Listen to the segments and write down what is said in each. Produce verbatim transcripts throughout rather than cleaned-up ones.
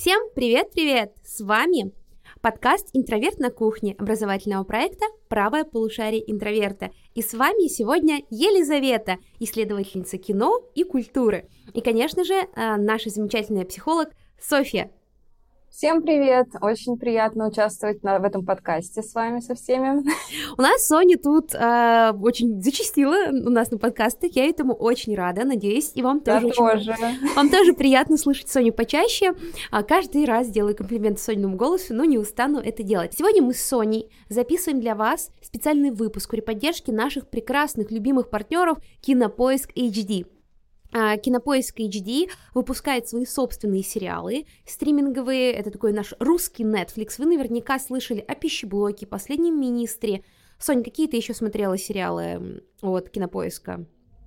Всем привет-привет! С вами подкаст «Интроверт на кухне» образовательного проекта «Правое полушарие интроверта». И с вами сегодня Елизавета, исследовательница кино и культуры. И, конечно же, наша замечательная психолог Софья. Всем привет! Очень приятно участвовать на, в этом подкасте с вами, со всеми. У нас Соня тут э, очень зачастила у нас на подкастах, я этому очень рада, надеюсь, и вам тоже, я очень... тоже. Вам тоже приятно слышать Соню почаще. Каждый раз делаю комплименты Сониному голосу, но не устану это делать. Сегодня мы с Соней записываем для вас специальный выпуск при поддержке наших прекрасных, любимых партнеров Кинопоиск эйч ди. Кинопоиск эйч ди выпускает свои собственные сериалы стриминговые, это такой наш русский Netflix. Вы наверняка слышали о «Пищеблоке», «Последнем министре». Сонь, какие ты еще смотрела сериалы от Кинопоиска?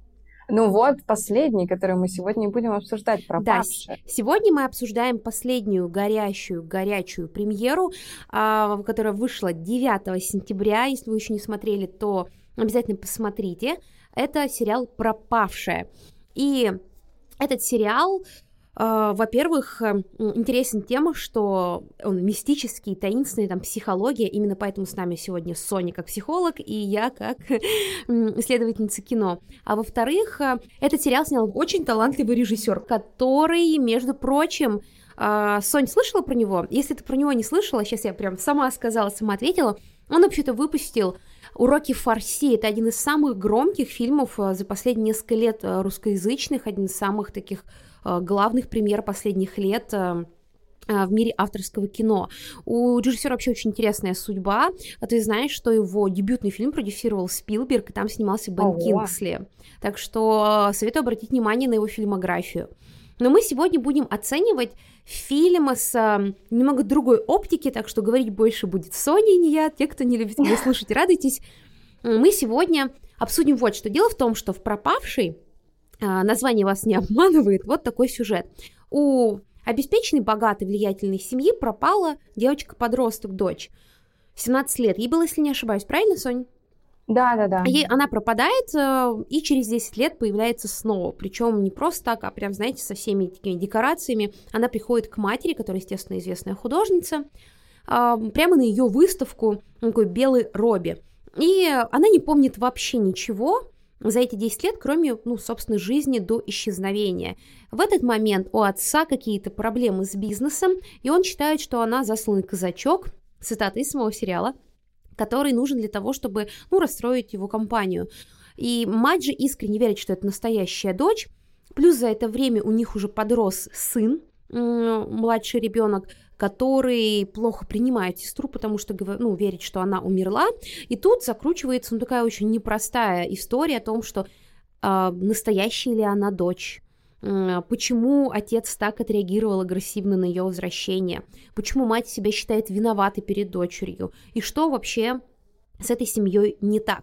Ну вот, последний, который мы сегодня будем обсуждать, «Пропавшая». Да, сегодня мы обсуждаем последнюю горячую-горячую премьеру, которая вышла девятого сентября. Если вы еще не смотрели, то обязательно посмотрите. Это сериал «Пропавшая». И этот сериал, э, во-первых, интересен тем, что он мистический, таинственный, там, психология, именно поэтому с нами сегодня Соня как психолог и я как исследовательница кино. А во-вторых, этот сериал снял очень талантливый режиссер, который, между прочим, э, Сонь, слышала про него? Если ты про него не слышала, сейчас я прям сама сказала, сама ответила, он вообще-то выпустил «Уроки фарси». Это один из самых громких фильмов за последние несколько лет русскоязычных, один из самых таких главных премьер последних лет в мире авторского кино. У режиссера вообще очень интересная судьба. А ты знаешь, что его дебютный фильм продюсировал Спилберг, и там снимался Бен Ого. Кингсли. Так что советую обратить внимание на его фильмографию. Но мы сегодня будем оценивать фильм с э, немного другой оптики, так что говорить больше будет Соня, не я. Те, кто не любит меня слушать, радуйтесь. Мы сегодня обсудим вот что. Дело в том, что в «Пропавшей», э, название вас не обманывает, вот такой сюжет. У обеспеченной, богатой, влиятельной семьи пропала девочка-подросток, дочь. семнадцать лет. Ей было, если не ошибаюсь, правильно, Сонь? Да, да, да. Ей, она пропадает и через десять лет появляется снова. Причем не просто так, а прям, знаете, со всеми такими декорациями. Она приходит к матери, которая, естественно, известная художница, прямо на ее выставку, на такой белой робе. И она не помнит вообще ничего за эти десять лет, кроме, ну, собственно, жизни до исчезновения. В этот момент у отца какие-то проблемы с бизнесом, и он считает, что она засланный казачок, цитата из самого сериала, который нужен для того, чтобы, ну, расстроить его компанию. И мать же искренне верит, что это настоящая дочь. Плюс за это время у них уже подрос сын, младший ребенок, который плохо принимает сестру, потому что, ну, верит, что она умерла. И тут закручивается, ну, такая очень непростая история о том, что э, настоящая ли она дочь. Почему отец так отреагировал агрессивно на ее возвращение, почему мать себя считает виноватой перед дочерью, и что вообще с этой семьей не так.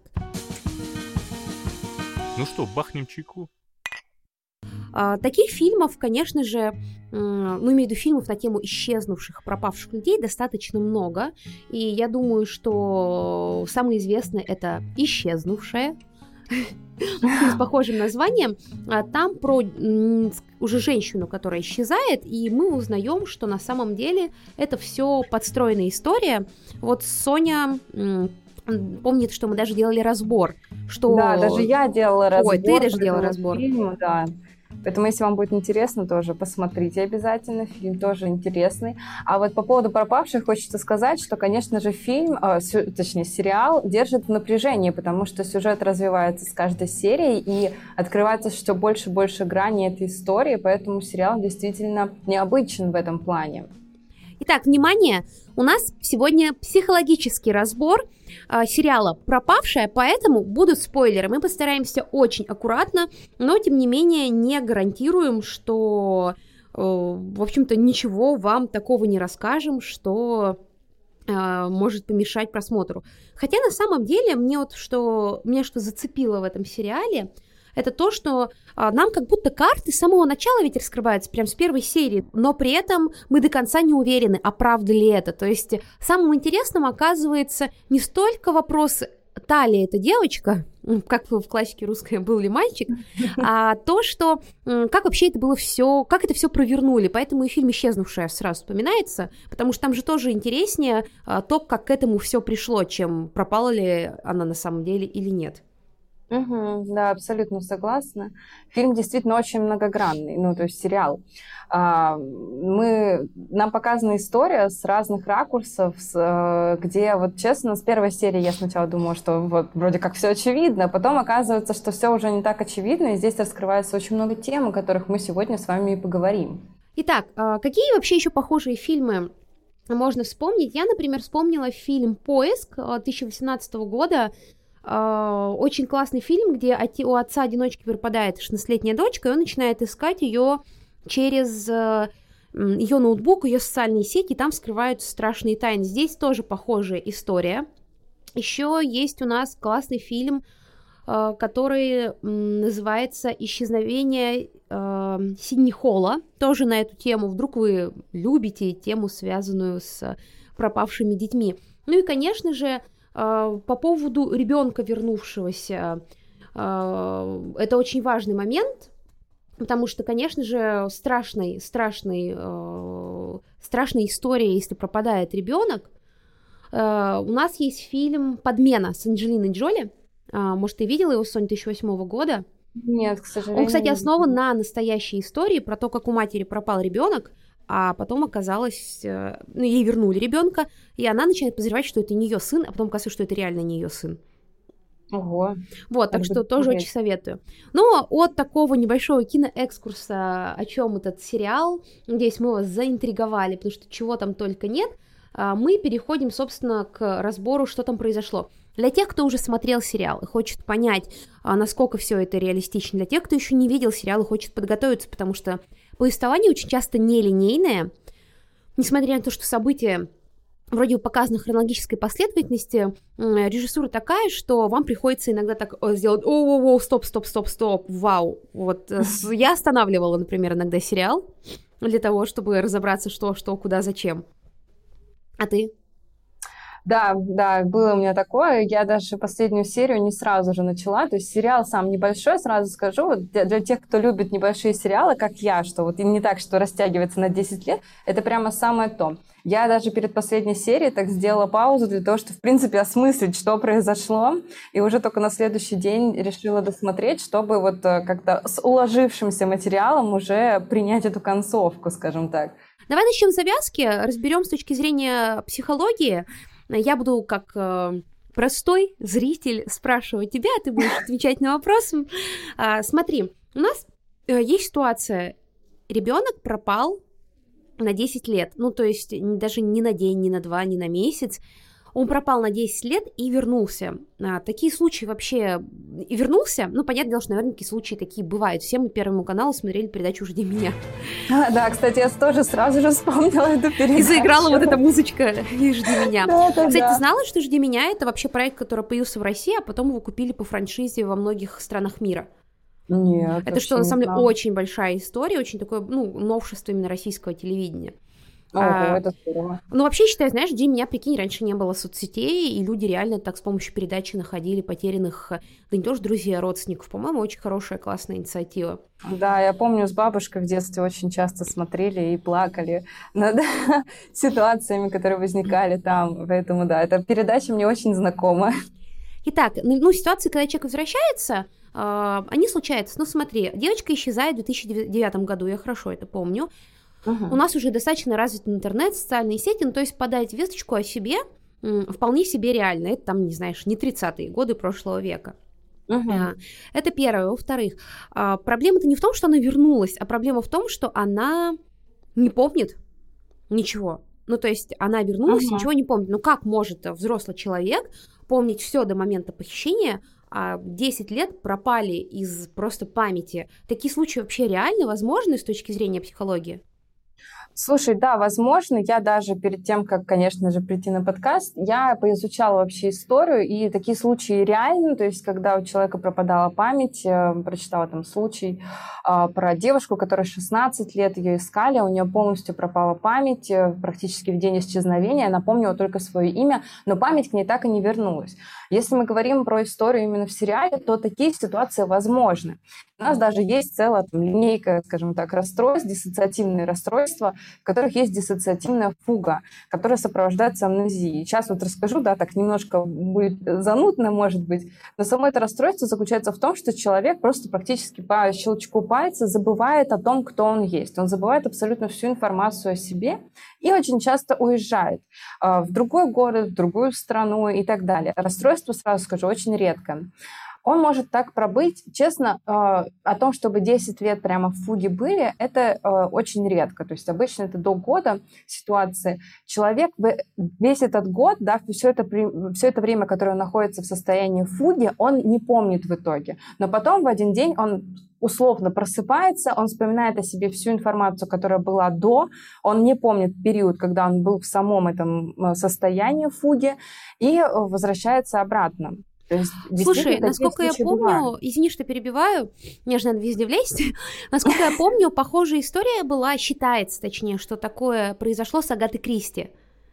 Ну что, бахнем чайку? А, таких фильмов, конечно же, ну, имею в виду фильмов на тему исчезнувших, пропавших людей достаточно много, и я думаю, что самое известное — это «Исчезнувшая», с похожим названием. Там про уже женщину, которая исчезает, и мы узнаем, что на самом деле это все подстроенная история. Вот Соня помнит, что мы даже делали разбор. Что... Да, даже я делала разбор. Ой, ты даже делала разбор. Фильму, да. Поэтому, если вам будет интересно, тоже посмотрите обязательно. Фильм тоже интересный. А вот по поводу «Пропавших» хочется сказать, что, конечно же, фильм, э, сю, точнее, сериал держит в напряжении, потому что сюжет развивается с каждой серией, и открывается все больше и больше граней этой истории, поэтому сериал действительно необычен в этом плане. Итак, внимание! У нас сегодня психологический разбор э, сериала «Пропавшая», поэтому будут спойлеры. Мы постараемся очень аккуратно, но, тем не менее, не гарантируем, что, э, в общем-то, ничего вам такого не расскажем, что э, может помешать просмотру. Хотя, на самом деле, мне вот что, меня что зацепило в этом сериале, это то, что а, нам как будто карты с самого начала ведь раскрываются, прям с первой серии, но при этом мы до конца не уверены, а правда ли это. То есть самым интересным оказывается не столько вопрос, та ли эта девочка, как в классике русской «Был ли мальчик?», а то, что как вообще это было все, как это все провернули. Поэтому и фильм «Исчезнувшая» сразу вспоминается, потому что там же тоже интереснее то, как к этому все пришло, чем пропала ли она на самом деле или нет. Угу, да, абсолютно согласна. Фильм действительно очень многогранный, ну, то есть сериал. А, мы, нам показана история с разных ракурсов, с, где, вот честно, с первой серии я сначала думала, что вот вроде как все очевидно, потом оказывается, что все уже не так очевидно, и здесь раскрывается очень много тем, о которых мы сегодня с вами и поговорим. Итак, какие вообще еще похожие фильмы можно вспомнить? Я, например, вспомнила фильм «Поиск» две тысячи восемнадцатого года. Очень классный фильм, где у отца-одиночки пропадает шестнадцатилетняя дочка, и он начинает искать ее через ее ноутбук, ее социальные сети, и там скрываются страшные тайны. Здесь тоже похожая история. Еще есть у нас классный фильм, который называется «Исчезновение Сидни Холла». Тоже на эту тему. Вдруг вы любите тему, связанную с пропавшими детьми. Ну и, конечно же, по поводу ребенка, вернувшегося, это очень важный момент, потому что, конечно же, страшной, страшной, страшная история, если пропадает ребенок. У нас есть фильм «Подмена» с Анджелиной Джоли. Может, ты видела его, Сонь, две тысячи восьмого года? Нет, к сожалению. Он, кстати, основан на настоящей истории про то, как у матери пропал ребенок, а потом оказалось, ну, ей вернули ребенка, и она начинает подозревать, что это не ее сын, а потом оказывается, что это реально не ее сын. Ого. Вот, так что тоже очень советую. Но от такого небольшого киноэкскурса, о чем этот сериал, надеюсь, мы вас заинтриговали, потому что чего там только нет, мы переходим, собственно, к разбору, что там произошло. Для тех, кто уже смотрел сериал и хочет понять, насколько все это реалистично, для тех, кто еще не видел сериал и хочет подготовиться, потому что повествование очень часто нелинейное, несмотря на то, что события вроде бы показаны в хронологической последовательности, режиссура такая, что вам приходится иногда так сделать: о-о-о, стоп, стоп, стоп, стоп, вау. Вот я останавливала, например, иногда сериал для того, чтобы разобраться, что, что, куда, зачем. А ты? Да, да, было у меня такое. Я даже последнюю серию не сразу же начала. То есть сериал сам небольшой, сразу скажу. Вот для, для тех, кто любит небольшие сериалы, как я, что вот не так, что растягивается на десять лет, это прямо самое то. Я даже перед последней серией так сделала паузу для того, чтобы, в принципе, осмыслить, что произошло. И уже только на следующий день решила досмотреть, чтобы вот как-то с уложившимся материалом уже принять эту концовку, скажем так. Давай начнем с завязки, разберем с точки зрения психологии. Я буду как э, простой зритель спрашивать тебя, а ты будешь отвечать на вопросы. А, смотри, у нас э, есть ситуация, ребенок пропал на десять лет, ну то есть даже не на день, не на два, не на месяц. Он пропал на десять лет и вернулся. А, такие случаи вообще... И вернулся, ну, понятное дело, что, наверное, такие случаи такие бывают. Все мы Первому каналу смотрели передачу «Жди меня». А, да, кстати, я тоже сразу же вспомнила эту передачу. И заиграла вот эта музычка «И жди меня». Да, да, кстати, да. ты знала, что «Жди меня» — это вообще проект, который появился в России, а потом его купили по франшизе во многих странах мира? Нет. Это что, на самом деле, очень большая история, очень такое, ну, новшество именно российского телевидения. Ого, а, это здорово. Ну, вообще, считай, знаешь, «Жди меня», прикинь, раньше не было соцсетей, и люди реально так с помощью передачи находили потерянных, да не то что друзей, а родственников. По-моему, очень хорошая, классная инициатива. Да, я помню, с бабушкой в детстве очень часто смотрели и плакали над ситуациями, которые возникали там. Поэтому, да, эта передача мне очень знакома. Итак, ну, ситуации, когда человек возвращается, э, они случаются. Ну, смотри, девочка исчезает в две тысячи девятом году, я хорошо это помню. Uh-huh. У нас уже достаточно развит интернет, социальные сети, ну, то есть подать весточку о себе м, вполне себе реально. Это там, не знаешь, не тридцатые годы прошлого века. Uh-huh. Это первое. Во-вторых, а, проблема-то не в том, что она вернулась, а проблема в том, что она не помнит ничего. Ну, то есть она вернулась, uh-huh. ничего не помнит. Ну, как может взрослый человек помнить все до момента похищения, а десять лет пропали из просто памяти? Такие случаи вообще реально возможны с точки зрения психологии? Слушай, да, возможно, я даже перед тем, как, конечно же, прийти на подкаст, я поизучала вообще историю, и такие случаи реальны, то есть когда у человека пропадала память, э, прочитала там случай э, про девушку, которая шестнадцать лет, ее искали, у нее полностью пропала память, э, практически в день исчезновения, она помнила только свое имя, но память к ней так и не вернулась. Если мы говорим про историю именно в сериале, то такие ситуации возможны. У нас даже есть целая там, линейка, скажем так, расстройств, диссоциативные расстройства, в которых есть диссоциативная фуга, которая сопровождается амнезией. Сейчас вот расскажу, да, так немножко будет занудно, может быть, но само это расстройство заключается в том, что человек просто практически по щелчку пальца забывает о том, кто он есть. Он забывает абсолютно всю информацию о себе и очень часто уезжает в другой город, в другую страну и так далее. Расстройство, сразу скажу, очень редко. Он может так пробыть. Честно, э, о том, чтобы десять лет прямо в фуге были, это э, очень редко. То есть обычно это до года ситуации. Человек весь этот год, да, все это, все это время, которое он находится в состоянии фуги, он не помнит в итоге. Но потом в один день он условно просыпается, он вспоминает о себе всю информацию, которая была до, он не помнит период, когда он был в самом этом состоянии фуги, и возвращается обратно. То есть, слушай, насколько я помню, бывают. Извини, что перебиваю, мне же надо везде влезть, насколько я помню, похожая история была, считается точнее, что такое произошло с Агатой Кристи.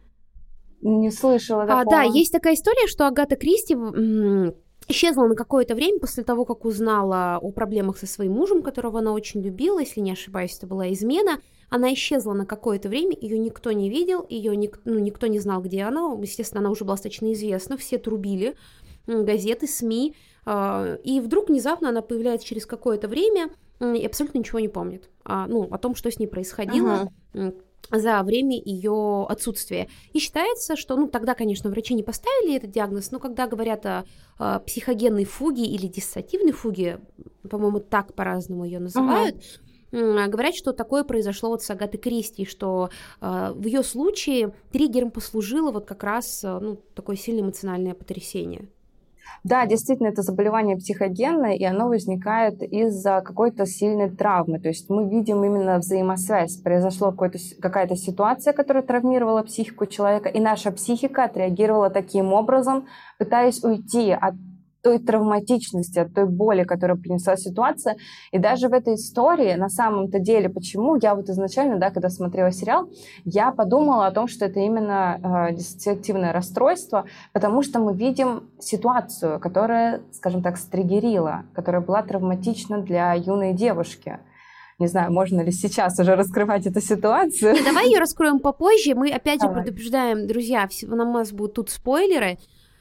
Не слышала такого. А, да, есть такая история, что Агата Кристи м- исчезла на какое-то время после того, как узнала о проблемах со своим мужем, которого она очень любила, если не ошибаюсь, это была измена. Она исчезла на какое-то время, ее никто не видел, ее ник- ну, никто не знал, где она, естественно, она уже была достаточно известна, все трубили, газеты, СМИ, и вдруг внезапно она появляется через какое-то время и абсолютно ничего не помнит, ну, о том, что с ней происходило uh-huh. за время ее отсутствия. И считается, что, ну, тогда, конечно, врачи не поставили этот диагноз, но когда говорят о, о психогенной фуге или диссоциативной фуге, по-моему, так по-разному ее называют, uh-huh. говорят, что такое произошло вот с Агатой Кристи, что э, в ее случае триггером послужило вот как раз э, ну, такое сильное эмоциональное потрясение. Да, действительно, это заболевание психогенное, и оно возникает из-за какой-то сильной травмы. То есть мы видим именно взаимосвязь. Произошла какая-то ситуация, которая травмировала психику человека, и наша психика отреагировала таким образом, пытаясь уйти от той травматичности, от той боли, которую принесла ситуация. И даже в этой истории, на самом-то деле, почему я вот изначально, да, когда смотрела сериал, я подумала о том, что это именно э, диссоциативное расстройство, потому что мы видим ситуацию, которая, скажем так, стриггерила, которая была травматична для юной девушки. Не знаю, можно ли сейчас уже раскрывать эту ситуацию. И давай ее раскроем попозже. Мы опять же давай. предупреждаем, друзья, на нас будут тут спойлеры.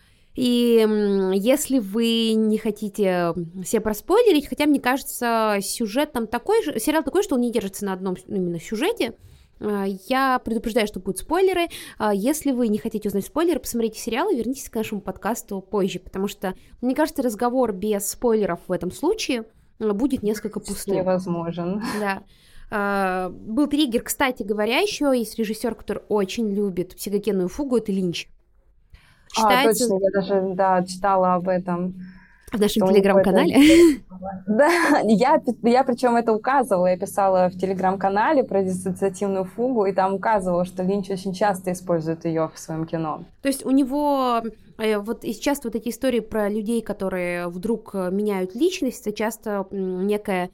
И если вы не хотите себе проспойлерить, хотя, мне кажется, сюжет там такой же, сериал такой, что он не держится на одном именно сюжете, я предупреждаю, что будут спойлеры. Если вы не хотите узнать спойлеры, посмотрите сериал и вернитесь к нашему подкасту позже, потому что, мне кажется, разговор без спойлеров в этом случае будет несколько пустым. Невозможен. Да. Был триггер, кстати говоря, еще есть режиссер, который очень любит психогенную фугу, это Линч. Считается... А, точно, я даже, да, читала об этом. В нашем телеграм-канале? Да, я, я причем это указывала, я писала в телеграм-канале про диссоциативную фугу, и там указывала, что Линч очень часто использует ее в своем кино. То есть у него, вот и часто вот эти истории про людей, которые вдруг меняют личность, это часто некая...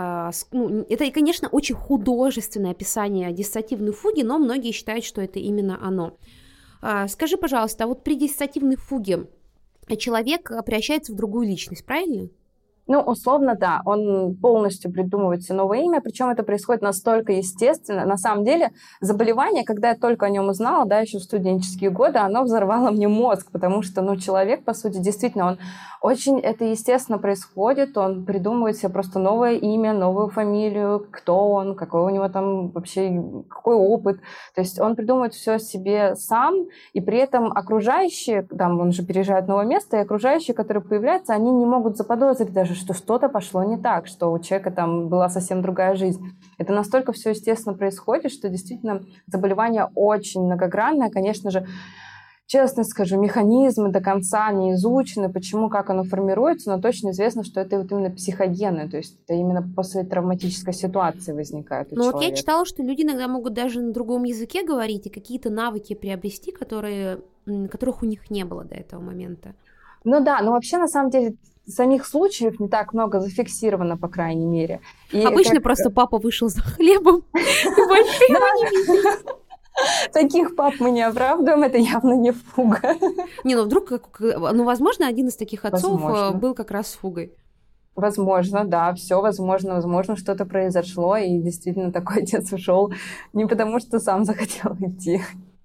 Ну, это, конечно, очень художественное описание диссоциативной фуги, но многие считают, что это именно оно. Скажи, пожалуйста, а вот при диссоциативной фуге человек превращается в другую личность, правильно? Ну, условно, да. Он полностью придумывает себе новое имя, причем это происходит настолько естественно. На самом деле, заболевание, когда я только о нем узнала, да, еще в студенческие годы, оно взорвало мне мозг, потому что, ну, человек, по сути, действительно, он очень, это естественно происходит, он придумывает себе просто новое имя, новую фамилию, кто он, какой у него там вообще, какой опыт. То есть он придумывает все себе сам, и при этом окружающие, там, он же переезжает в новое место, и окружающие, которые появляются, они не могут заподозрить даже, что что-то пошло не так, что у человека там была совсем другая жизнь. Это настолько все естественно происходит, что действительно заболевание очень многогранное. Конечно же, честно скажу, механизмы до конца не изучены, почему, как оно формируется, но точно известно, что это вот именно психогенное, то есть это именно после травматической ситуации возникает у Ну вот человека. я читала, что люди иногда могут даже на другом языке говорить и какие-то навыки приобрести, которые, которых у них не было до этого момента. Ну да, но вообще на самом деле самих случаев не так много зафиксировано, по крайней мере. И Обычно как... просто папа вышел за хлебом и больше его не видел. Таких пап мы не оправдываем, это явно не фуга. Не, ну вдруг, ну, возможно, один из таких отцов возможно. был как раз с фугой. Возможно, да, все возможно, возможно, что-то произошло, и действительно такой отец ушел не потому, что сам захотел идти.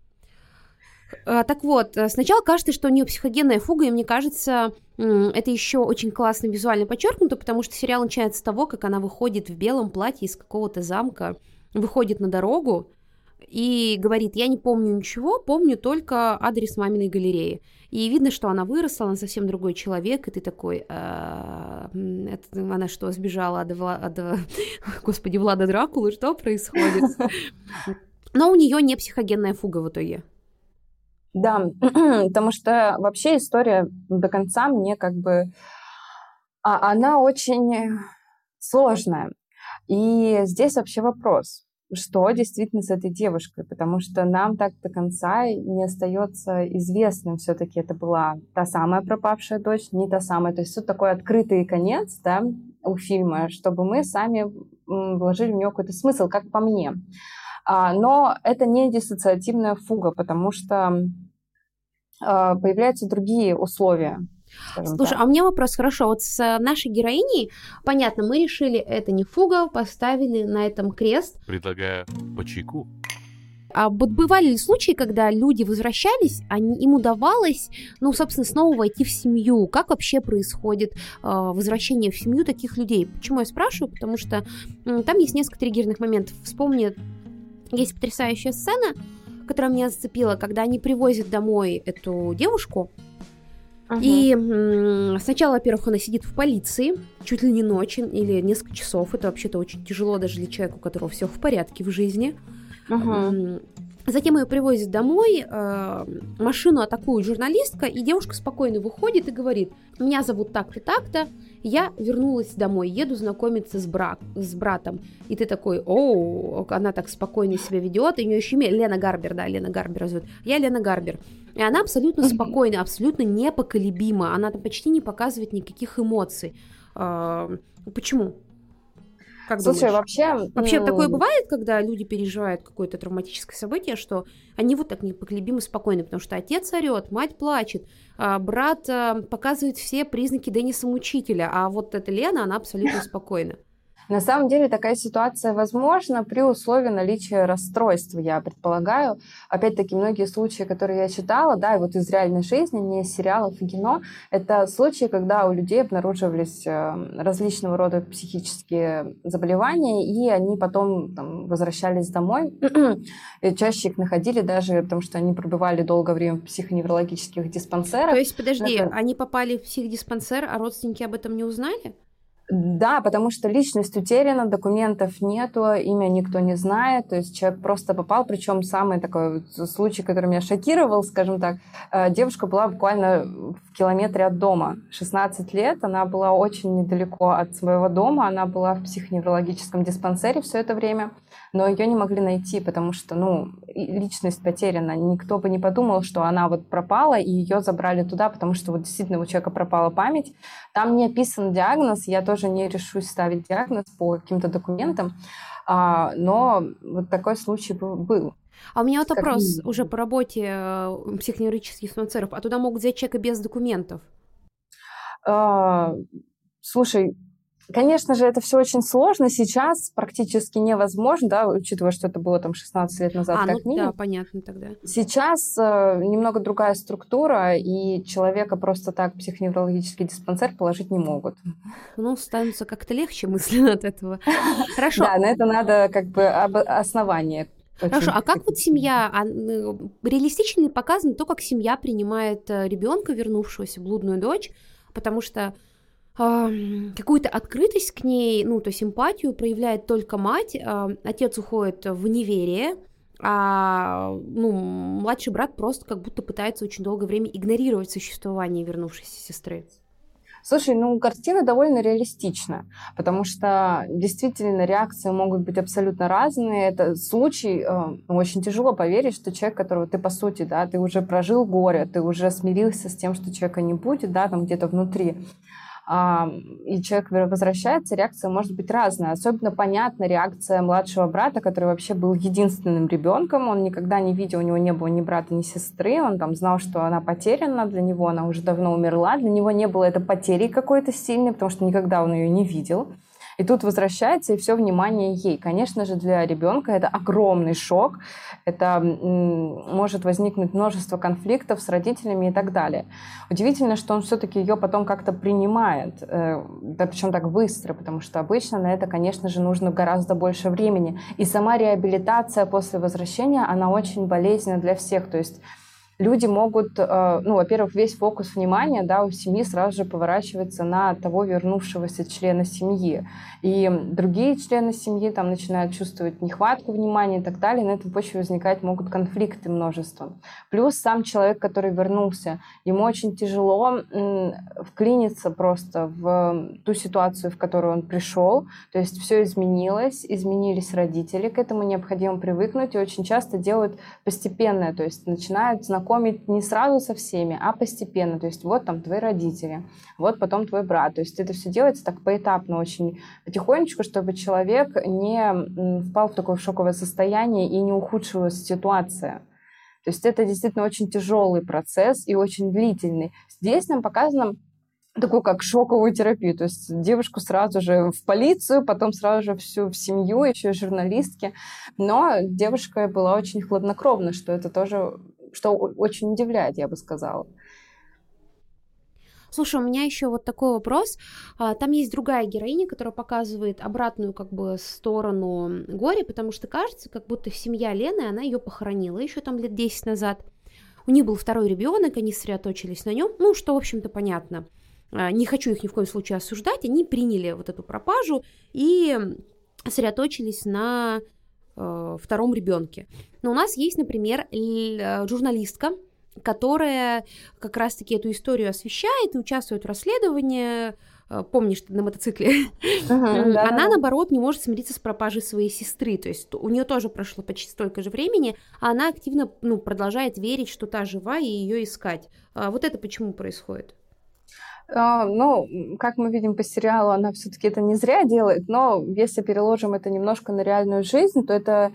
Так вот, сначала кажется, что у нее психогенная фуга, и мне кажется, это еще очень классно визуально подчеркнуто, потому что сериал начинается с того, как она выходит в белом платье из какого-то замка, выходит на дорогу, и говорит, я не помню ничего, помню только адрес маминой галереи. И видно, что она выросла, она совсем другой человек, и ты такой, а, это, она что, сбежала от, от, господи, Влада Дракулы, что происходит? Но у нее не психогенная фуга в итоге. Да, потому что вообще история до конца мне как бы... Она очень сложная. И здесь вообще вопрос. Что действительно с этой девушкой, потому что нам так до конца не остается известным, все-таки это была та самая пропавшая дочь, не та самая. То есть тут такой открытый конец, да, у фильма, чтобы мы сами вложили в него какой-то смысл, как по мне. Но это не диссоциативная фуга, потому что появляются другие условия. Слушай, так. А у меня вопрос, хорошо, вот с нашей героиней, понятно, мы решили, это не фуга, поставили на этом крест. Предлагаю по чайку. А вот бывали ли случаи, когда люди возвращались, они, им удавалось, ну, собственно, снова войти в семью? Как вообще происходит э, возвращение в семью таких людей? Почему я спрашиваю? Потому что э, там есть несколько триггерных моментов. Вспомни, есть потрясающая сцена, которая меня зацепила, когда они привозят домой эту девушку. Uh-huh. И м- сначала, во-первых, она сидит в полиции, чуть ли не ночь или несколько часов. Это вообще-то очень тяжело даже для человека, у которого все в порядке в жизни. Uh-huh. Затем ее привозят домой, э- машину атакует журналистка, и девушка спокойно выходит и говорит, меня зовут так-то, так-то, я вернулась домой, еду знакомиться с, брак- с братом. И ты такой, оу, она так спокойно себя ведет, и у нее еще имя Лена Гарбер, да, Лена Гарбер зовут. Я Лена Гарбер. И она абсолютно спокойна, абсолютно непоколебима, она там почти не показывает никаких эмоций. А, почему? Как Слушай, думаешь? вообще... Вообще ну... такое бывает, когда люди переживают какое-то травматическое событие, что они вот так непоколебимо спокойны, потому что отец орет, мать плачет, а брат а, показывает все признаки Денниса Мучителя, а вот эта Лена, она абсолютно спокойна. На самом деле такая ситуация возможна при условии наличия расстройства, я предполагаю. Опять-таки, многие случаи, которые я читала, да, и вот из реальной жизни, не из сериалов и кино, это случаи, когда у людей обнаруживались различного рода психические заболевания, и они потом там, возвращались домой. И чаще их находили даже, потому что они пробывали долгое время в психоневрологических диспансерах. То есть, подожди, это... они попали в психдиспансер, а родственники об этом не узнали? Да, потому что личность утеряна, документов нету, имя никто не знает, то есть человек просто попал, причем самый такой случай, который меня шокировал, скажем так, девушка была буквально в километре от дома, шестнадцать лет, она была очень недалеко от своего дома, она была в психоневрологическом диспансере все это время, но ее не могли найти, потому что, ну, личность потеряна, никто бы не подумал, что она вот пропала, и ее забрали туда, потому что вот действительно у человека пропала память, там не описан диагноз, я тоже не решусь ставить диагноз по каким-то документам, а, но вот такой случай был. А у меня вот вопрос как... уже по работе психоневрологических диспансеров. А туда могут взять человека без документов? А, слушай, конечно же, это все очень сложно. Сейчас практически невозможно, да, учитывая, что это было там шестнадцать лет назад, а, как ну, минимум. Да, понятно тогда. Сейчас э, немного другая структура, и человека просто так в психоневрологический диспансер положить не могут. Ну, становится как-то легче мысленно от этого. Хорошо. Да, на это надо как бы основание. Хорошо, а как вот семья, а, реалистично ли показано то, как семья принимает ребенка, вернувшегося, блудную дочь, потому что э, какую-то открытость к ней, ну, то есть эмпатию проявляет только мать, э, отец уходит в неверие, а ну, младший брат просто как будто пытается очень долгое время игнорировать существование вернувшейся сестры. Слушай, ну, картина довольно реалистична, потому что действительно реакции могут быть абсолютно разные. Это случай, э, очень тяжело поверить, что человек, которого ты, по сути, да, ты уже прожил горе, ты уже смирился с тем, что человека не будет, да, там где-то внутри, а, и человек возвращается, реакция может быть разная. Особенно понятна реакция младшего брата, который вообще был единственным ребенком. Он никогда не видел, у него не было ни брата, ни сестры. Он там знал, что она потеряна для него, она уже давно умерла. Для него не было это потери какой-то сильной, потому что никогда он ее не видел. И тут возвращается, и все внимание ей. Конечно же, для ребенка это огромный шок. Это м, может возникнуть множество конфликтов с родителями и так далее. Удивительно, что он все-таки ее потом как-то принимает. Э, да, причем так быстро, потому что обычно на это, конечно же, нужно гораздо больше времени. И сама реабилитация после возвращения, она очень болезненна для всех. То есть люди могут, ну, во-первых, весь фокус внимания, да, у семьи сразу же поворачивается на того вернувшегося члена семьи. И другие члены семьи там начинают чувствовать нехватку внимания и так далее. На этой почве возникать могут конфликты множество. Плюс сам человек, который вернулся, ему очень тяжело вклиниться просто в ту ситуацию, в которую он пришел. То есть все изменилось, изменились родители, к этому необходимо привыкнуть, и очень часто делают постепенное, то есть начинают знакомиться знакомить не сразу со всеми, а постепенно. То есть вот там твои родители, вот потом твой брат. То есть это все делается так поэтапно, очень потихонечку, чтобы человек не впал в такое шоковое состояние и не ухудшилась ситуация. То есть это действительно очень тяжелый процесс и очень длительный. Здесь нам показано такую как шоковую терапию. То есть девушку сразу же в полицию, потом сразу же всю в семью, еще и журналистки. Но девушка была очень хладнокровна, что это тоже, что очень удивляет, я бы сказала. Слушай, у меня еще вот такой вопрос. Там есть другая героиня, которая показывает обратную как бы сторону горя, потому что кажется, как будто семья Лены, она ее похоронила еще там лет десять назад. У них был второй ребенок, они сосредоточились на нем, ну, что, в общем-то, понятно. Не хочу их ни в коем случае осуждать, они приняли вот эту пропажу и сосредоточились на э, втором ребенке. Но у нас есть, например, журналистка, которая как раз-таки эту историю освещает и участвует в расследовании. Помнишь, на мотоцикле? Uh-huh, да, она, да. наоборот, не может смириться с пропажей своей сестры. То есть у нее тоже прошло почти столько же времени, а она активно ну, продолжает верить, что та жива, и ее искать. Вот это почему происходит? Uh, ну, как мы видим по сериалу, она все-таки это не зря делает, но если переложим это немножко на реальную жизнь, то это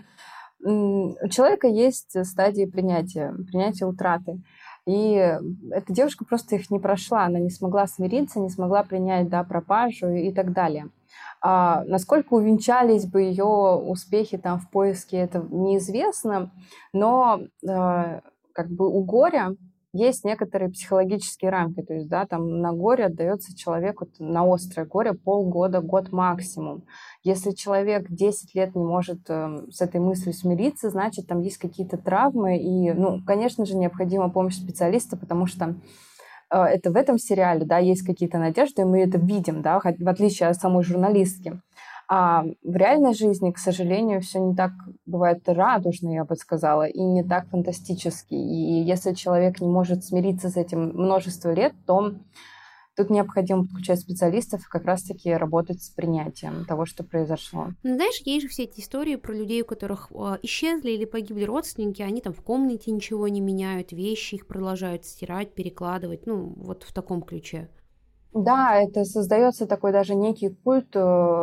м- у человека есть стадии принятия, принятия утраты. И эта девушка просто их не прошла, она не смогла смириться, не смогла принять, да, пропажу и, и так далее. А насколько увенчались бы ее успехи там в поиске, это неизвестно, но э, как бы у горя есть некоторые психологические рамки, то есть, да, там на горе отдается человеку, на острое горе полгода, год максимум. Если человек десять лет не может э, с этой мыслью смириться, значит, там есть какие-то травмы, и, ну, конечно же, необходима помощь специалиста, потому что э, это в этом сериале, да, есть какие-то надежды, и мы это видим, да, в отличие от самой журналистки. А в реальной жизни, к сожалению, все не так бывает радужно, я бы сказала, и не так фантастически. И если человек не может смириться с этим множество лет, то тут необходимо подключать специалистов и как раз-таки работать с принятием того, что произошло. Ну, знаешь, есть же все эти истории про людей, у которых э, исчезли или погибли родственники, они там в комнате ничего не меняют, вещи их продолжают стирать, перекладывать, ну, вот в таком ключе. Да, это создается такой даже некий культ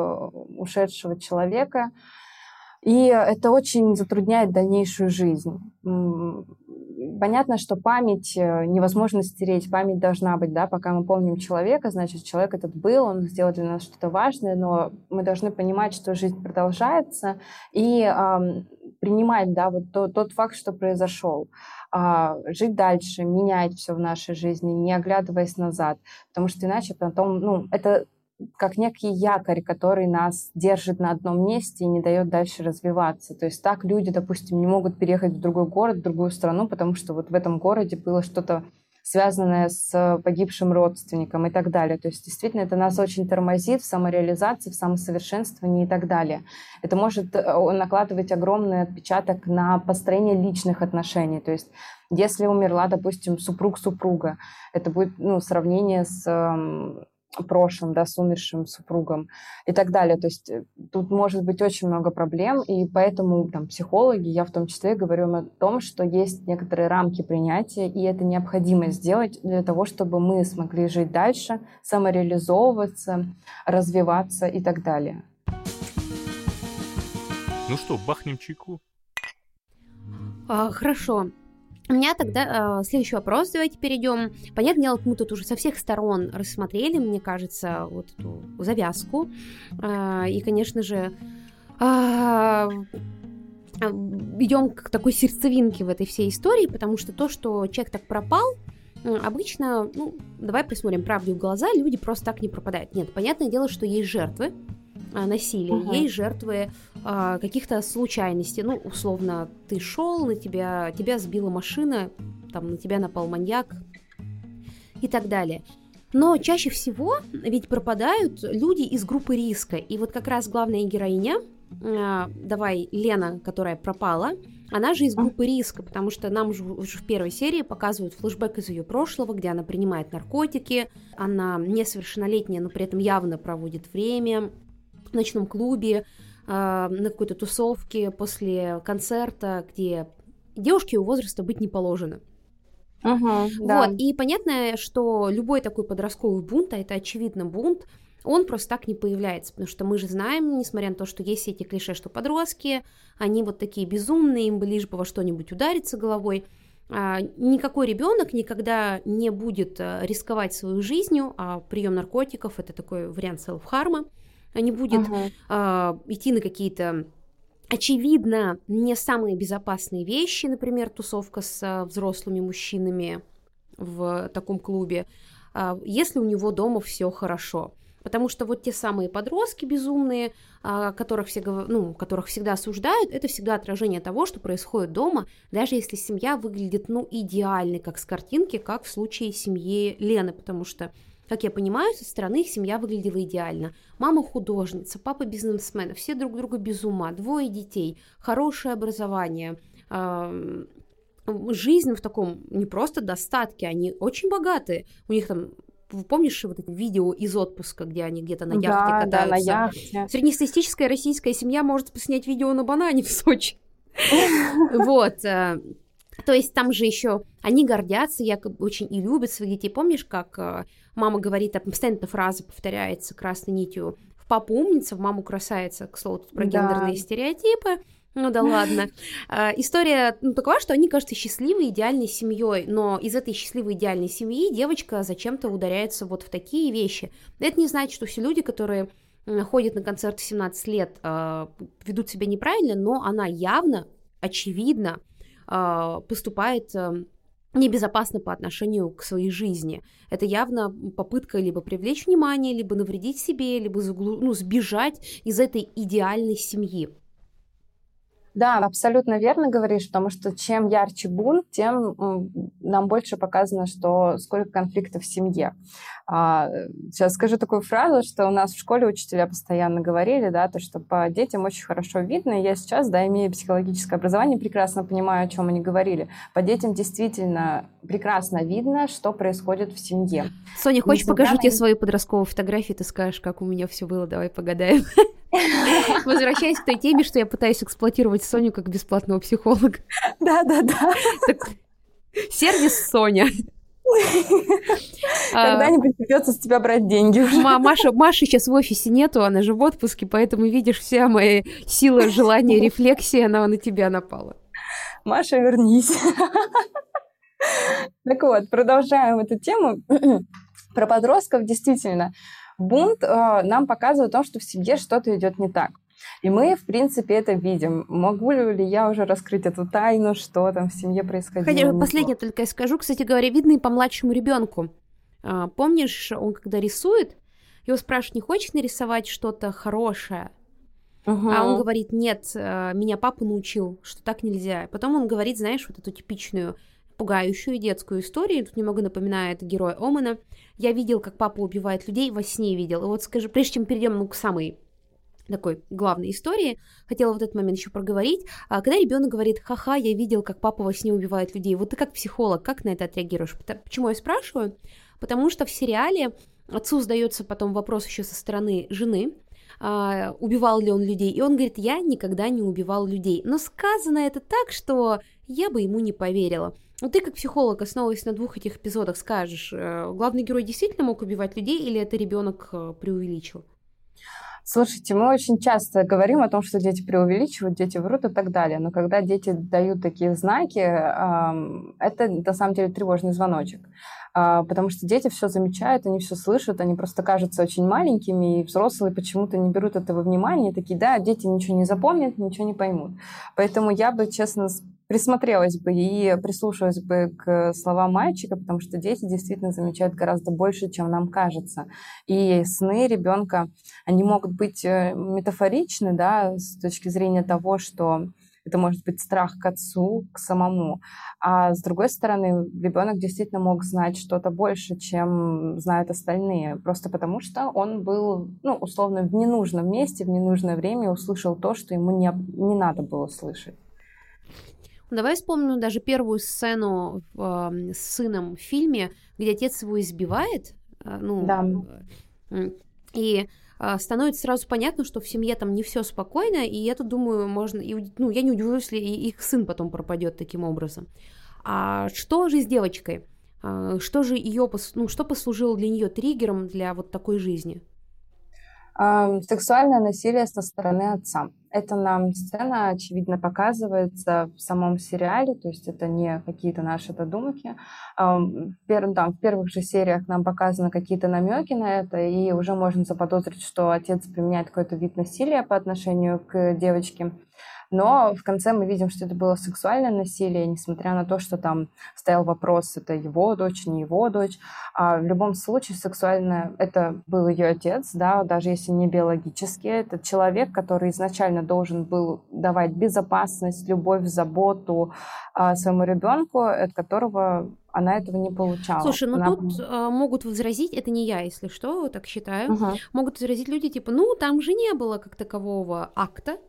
ушедшего человека, и это очень затрудняет дальнейшую жизнь. Понятно, что память невозможно стереть, память должна быть, да, пока мы помним человека, значит, человек этот был, он сделал для нас что-то важное, но мы должны понимать, что жизнь продолжается, и э, принимать, да, вот то, тот факт, что произошел. Жить дальше, менять все в нашей жизни, не оглядываясь назад, потому что иначе потом, ну, это как некий якорь, который нас держит на одном месте и не дает дальше развиваться. То есть так люди, допустим, не могут переехать в другой город, в другую страну, потому что вот в этом городе было что-то связанное с погибшим родственником и так далее. То есть действительно это нас очень тормозит в самореализации, в самосовершенствовании и так далее. Это может накладывать огромный отпечаток на построение личных отношений. То есть если умерла, допустим, супруг-супруга, это будет ну, сравнение с прошлым, да, с умершим супругом и так далее. То есть тут может быть очень много проблем, и поэтому там, психологи, я в том числе, говорю о том, что есть некоторые рамки принятия, и это необходимо сделать для того, чтобы мы смогли жить дальше, самореализовываться, развиваться и так далее. Ну что, бахнем чайку? А, хорошо. У меня тогда э, следующий вопрос, давайте перейдем. Понятное дело, мы тут уже со всех сторон рассмотрели, мне кажется, вот эту завязку. Э, и, конечно же, э, идем к такой сердцевинке в этой всей истории, потому что то, что человек так пропал, обычно, ну, давай посмотрим правде в глаза, люди просто так не пропадают. Нет, понятное дело, что есть жертвы насилия, uh-huh. есть жертвы а, каких-то случайностей. Ну, условно, ты шел, на тебя, тебя сбила машина, там, на тебя напал маньяк и так далее. Но чаще всего ведь пропадают люди из группы риска. И вот как раз главная героиня, а, давай, Лена, которая пропала, она же из группы риска, потому что нам же уже в первой серии показывают флешбэк из ее прошлого, где она принимает наркотики, она несовершеннолетняя, но при этом явно проводит время в ночном клубе, э, на какой-то тусовке после концерта, где девушке его возраста быть не положено. Uh-huh, да. Вот, и понятно, что любой такой подростковый бунт, а это очевидно бунт, он просто так не появляется, потому что мы же знаем, несмотря на то, что есть эти клише, что подростки, они вот такие безумные, им бы лишь бы во что-нибудь удариться головой. А, никакой ребенок никогда не будет рисковать свою жизнью, а прием наркотиков – это такой вариант селф-харма, не будет uh-huh. а, идти на какие-то, очевидно, не самые безопасные вещи, например, тусовка с взрослыми мужчинами в таком клубе, а, если у него дома все хорошо. Потому что вот те самые подростки безумные, которых, все, ну, которых всегда осуждают, это всегда отражение того, что происходит дома, даже если семья выглядит, ну, идеальной, как с картинки, как в случае семьи Лены, потому что, как я понимаю, со стороны их семья выглядела идеально. Мама художница, папа бизнесмен, все друг друга без ума, двое детей, хорошее образование, жизнь в таком не просто достатке, они очень богатые, у них там... Помнишь вот эти видео из отпуска, где они где-то на яхте да, катаются? Да, на яхте. Среднестатистическая российская семья может снять видео на банане в Сочи. Вот. То есть там же еще они гордятся, якобы очень и любят своих детей. Помнишь, как мама говорит, постоянно эта фраза повторяется красной нитью: в папу умница, в маму красавица. К слову, тут про гендерные стереотипы. Ну да ладно. А, история ну, такова, что они кажутся счастливой, идеальной семьей, но из этой счастливой, идеальной семьи девочка зачем-то ударяется вот в такие вещи. Это не значит, что все люди, которые ходят на концерты в семнадцать лет, а, ведут себя неправильно, но она явно, очевидно а, поступает а, небезопасно по отношению к своей жизни. Это явно попытка либо привлечь внимание, либо навредить себе, либо заглу... ну, сбежать из этой идеальной семьи. Да, абсолютно верно говоришь, потому что чем ярче бунт, тем нам больше показано, что сколько конфликтов в семье. Сейчас скажу такую фразу, что у нас в школе учителя постоянно говорили, да, то, что по детям очень хорошо видно. И я сейчас, да, имея психологическое образование, прекрасно понимаю, о чем они говорили. По детям действительно прекрасно видно, что происходит в семье. Соня, хочешь, покажу на... тебе свою подростковую фотографию, ты скажешь, как у меня все было, давай погадаем. Возвращаясь к той теме, что я пытаюсь эксплуатировать Соню как бесплатного психолога. Да-да-да. Сервис Соня. Когда-нибудь придется с тебя брать деньги уже. Маша, Маши сейчас в офисе нету, она же в отпуске, поэтому, видишь, вся моя сила, желание, рефлексия, она на тебя напала. Маша, вернись. Так вот, продолжаем эту тему. Про подростков действительно. Бунт э, нам показывает то, что в семье что-то идет не так. И мы, в принципе, это видим. Могу ли я уже раскрыть эту тайну, что там в семье происходило? Хотя, последнее только я скажу, кстати говоря, видно и по младшему ребенку. А, помнишь, он когда рисует, его спрашивают, не хочешь нарисовать что-то хорошее? Uh-huh. А он говорит, нет, меня папа научил, что так нельзя. Потом он говорит, знаешь, вот эту типичную пугающую детскую историю. Тут немного напоминает героя Омена. Я видел, как папа убивает людей, во сне видел. И вот скажи, прежде чем перейдем ну, к самой такой главной истории, хотела в этот момент еще проговорить. Когда ребенок говорит: ха-ха, я видел, как папа во сне убивает людей, вот ты как психолог, как на это отреагируешь? Почему я спрашиваю? Потому что в сериале отцу задается потом вопрос еще со стороны жены, а, убивал ли он людей, и он говорит: я никогда не убивал людей. Но сказано это так, что я бы ему не поверила. Вот ты как психолог, основываясь на двух этих эпизодах, скажешь, главный герой действительно мог убивать людей или это ребенок преувеличил? Слушайте, мы очень часто говорим о том, что дети преувеличивают, дети врут и так далее. Но когда дети дают такие знаки, это на самом деле тревожный звоночек. Потому что дети все замечают, они все слышат, они просто кажутся очень маленькими, и взрослые почему-то не берут этого внимания, и такие: да, дети ничего не запомнят, ничего не поймут. Поэтому я бы, честно, присмотрелась бы и прислушалась бы к словам мальчика, потому что дети действительно замечают гораздо больше, чем нам кажется. И сны ребенка, они могут быть метафоричны, да, с точки зрения того, что это может быть страх к отцу, к самому. А с другой стороны, ребенок действительно мог знать что-то больше, чем знают остальные, просто потому что он был, ну, условно, в ненужном месте, в ненужное время и услышал то, что ему не, не надо было слышать. Давай вспомним даже первую сцену э, с сыном в фильме, где отец его избивает. Э, ну, да. э, и э, становится сразу понятно, что в семье там не все спокойно, и я тут думаю, можно, и, ну, я не удивлюсь, если и их сын потом пропадет таким образом. А что же с девочкой? А, что же ее, ну, что послужило для нее триггером для вот такой жизни? А, сексуальное насилие со стороны отца. Это нам сцена, очевидно, показывается в самом сериале, то есть это не какие-то наши додумки. В, пер, там, в первых же сериях нам показаны какие-то намеки на это, и уже можно заподозрить, что отец применяет какой-то вид насилия по отношению к девочке. Но в конце мы видим, что это было сексуальное насилие, несмотря на то, что там стоял вопрос, это его дочь, не его дочь. А в любом случае сексуальное, это был ее отец, да, даже если не биологически. Это человек, который изначально должен был давать безопасность, любовь, заботу а, своему ребенку, от которого она этого не получала. Слушай, ну она... тут э, могут возразить, это не я, если что, так считаю, Угу. могут возразить люди типа, ну там же не было как такового акта.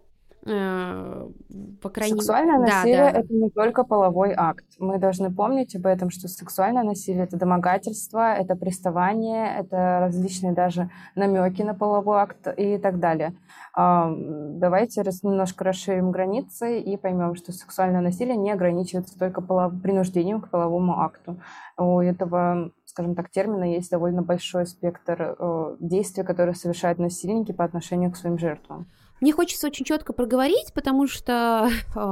По крайней... Сексуальное насилие да, да. это не только половой акт. Мы должны помнить об этом, что сексуальное насилие это домогательство, это приставание, это различные даже намеки на половой акт и так далее. Давайте немножко расширим границы и поймем, что сексуальное насилие не ограничивается только полов... принуждением к половому акту. У этого, скажем так, термина есть довольно большой спектр действий, которые совершают насильники по отношению к своим жертвам. Мне хочется очень четко проговорить, потому что э,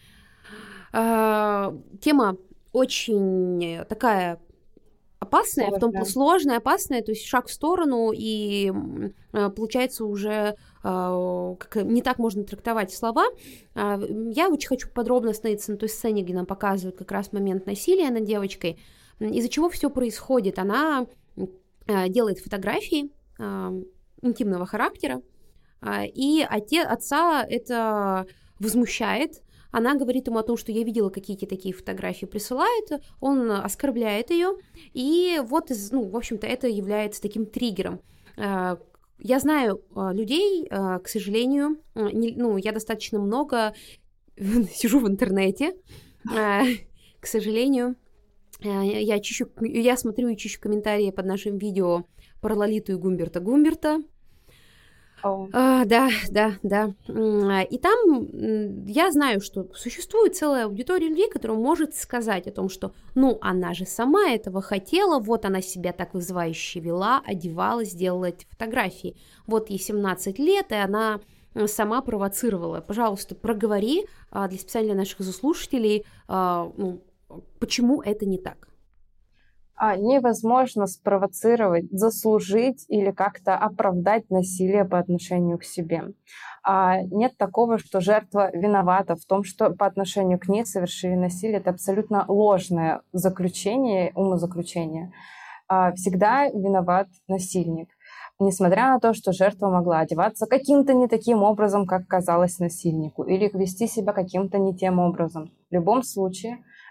э, тема очень такая опасная, сложная. в том сложная, опасная, то есть шаг в сторону, и э, получается уже э, как, не так можно трактовать слова. Э, я очень хочу подробно остановиться на той сцене, где нам показывают как раз момент насилия над девочкой, из-за чего все происходит. Она э, делает фотографии э, интимного характера, и отец, отца это возмущает. Она говорит ему о том, что я видела какие-то такие фотографии, присылает, он оскорбляет ее, и вот, ну, в общем-то, это является таким триггером. Я знаю людей, к сожалению, не, ну, я достаточно много сижу в интернете, к сожалению, я, чищу, я смотрю и чищу комментарии под нашим видео про Лолиту и Гумберта Гумберта. Oh. А, да, да, да. И там я знаю, что существует целая аудитория людей, которая может сказать о том, что, ну, она же сама этого хотела, вот она себя так вызывающе вела, одевалась, делала эти фотографии. Вот ей семнадцать лет, и она сама провоцировала. Пожалуйста, проговори для специально наших заслушателей, ну, почему это не так. Невозможно спровоцировать, заслужить или как-то оправдать насилие по отношению к себе. Нет такого, что жертва виновата в том, что по отношению к ней совершили насилие. Это абсолютно ложное заключение, умозаключение. Всегда виноват насильник. Несмотря на то, что жертва могла одеваться каким-то не таким образом, как казалось насильнику, или вести себя каким-то не тем образом. В любом случае,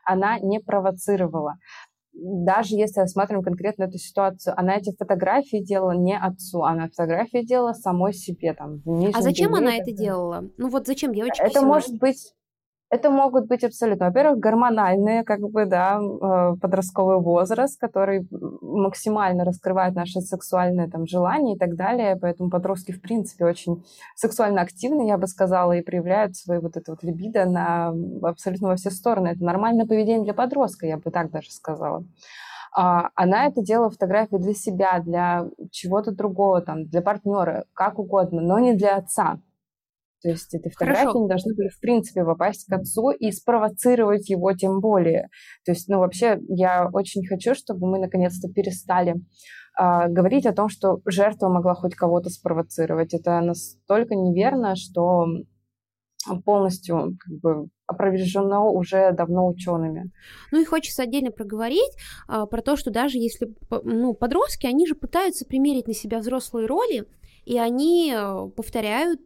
она не провоцировала. Даже если рассматриваем конкретно эту ситуацию, она эти фотографии делала не отцу, она фотографии делала самой себе. Там, в А зачем белье, она это делала? Ну вот зачем девочке это семнадцать? может быть... Это могут быть абсолютно, во-первых, гормональные, как бы, да, подростковый возраст, который максимально раскрывает наши сексуальные там желания и так далее, поэтому подростки, в принципе, очень сексуально активны, я бы сказала, и проявляют свою вот эту вот либидо на абсолютно во все стороны. Это нормальное поведение для подростка, я бы так даже сказала. Она это делала фотографии для себя, для чего-то другого, там, для партнера, как угодно, но не для отца. То есть эти фотографии Хорошо. не должны были, в принципе, попасть к отцу и спровоцировать его тем более. То есть, ну, вообще, я очень хочу, чтобы мы наконец-то перестали э, говорить о том, что жертва могла хоть кого-то спровоцировать. Это настолько неверно, что полностью как бы опровержено уже давно учеными. Ну и хочется отдельно проговорить а, про то, что даже если ну, подростки, они же пытаются примерить на себя взрослые роли, и они повторяют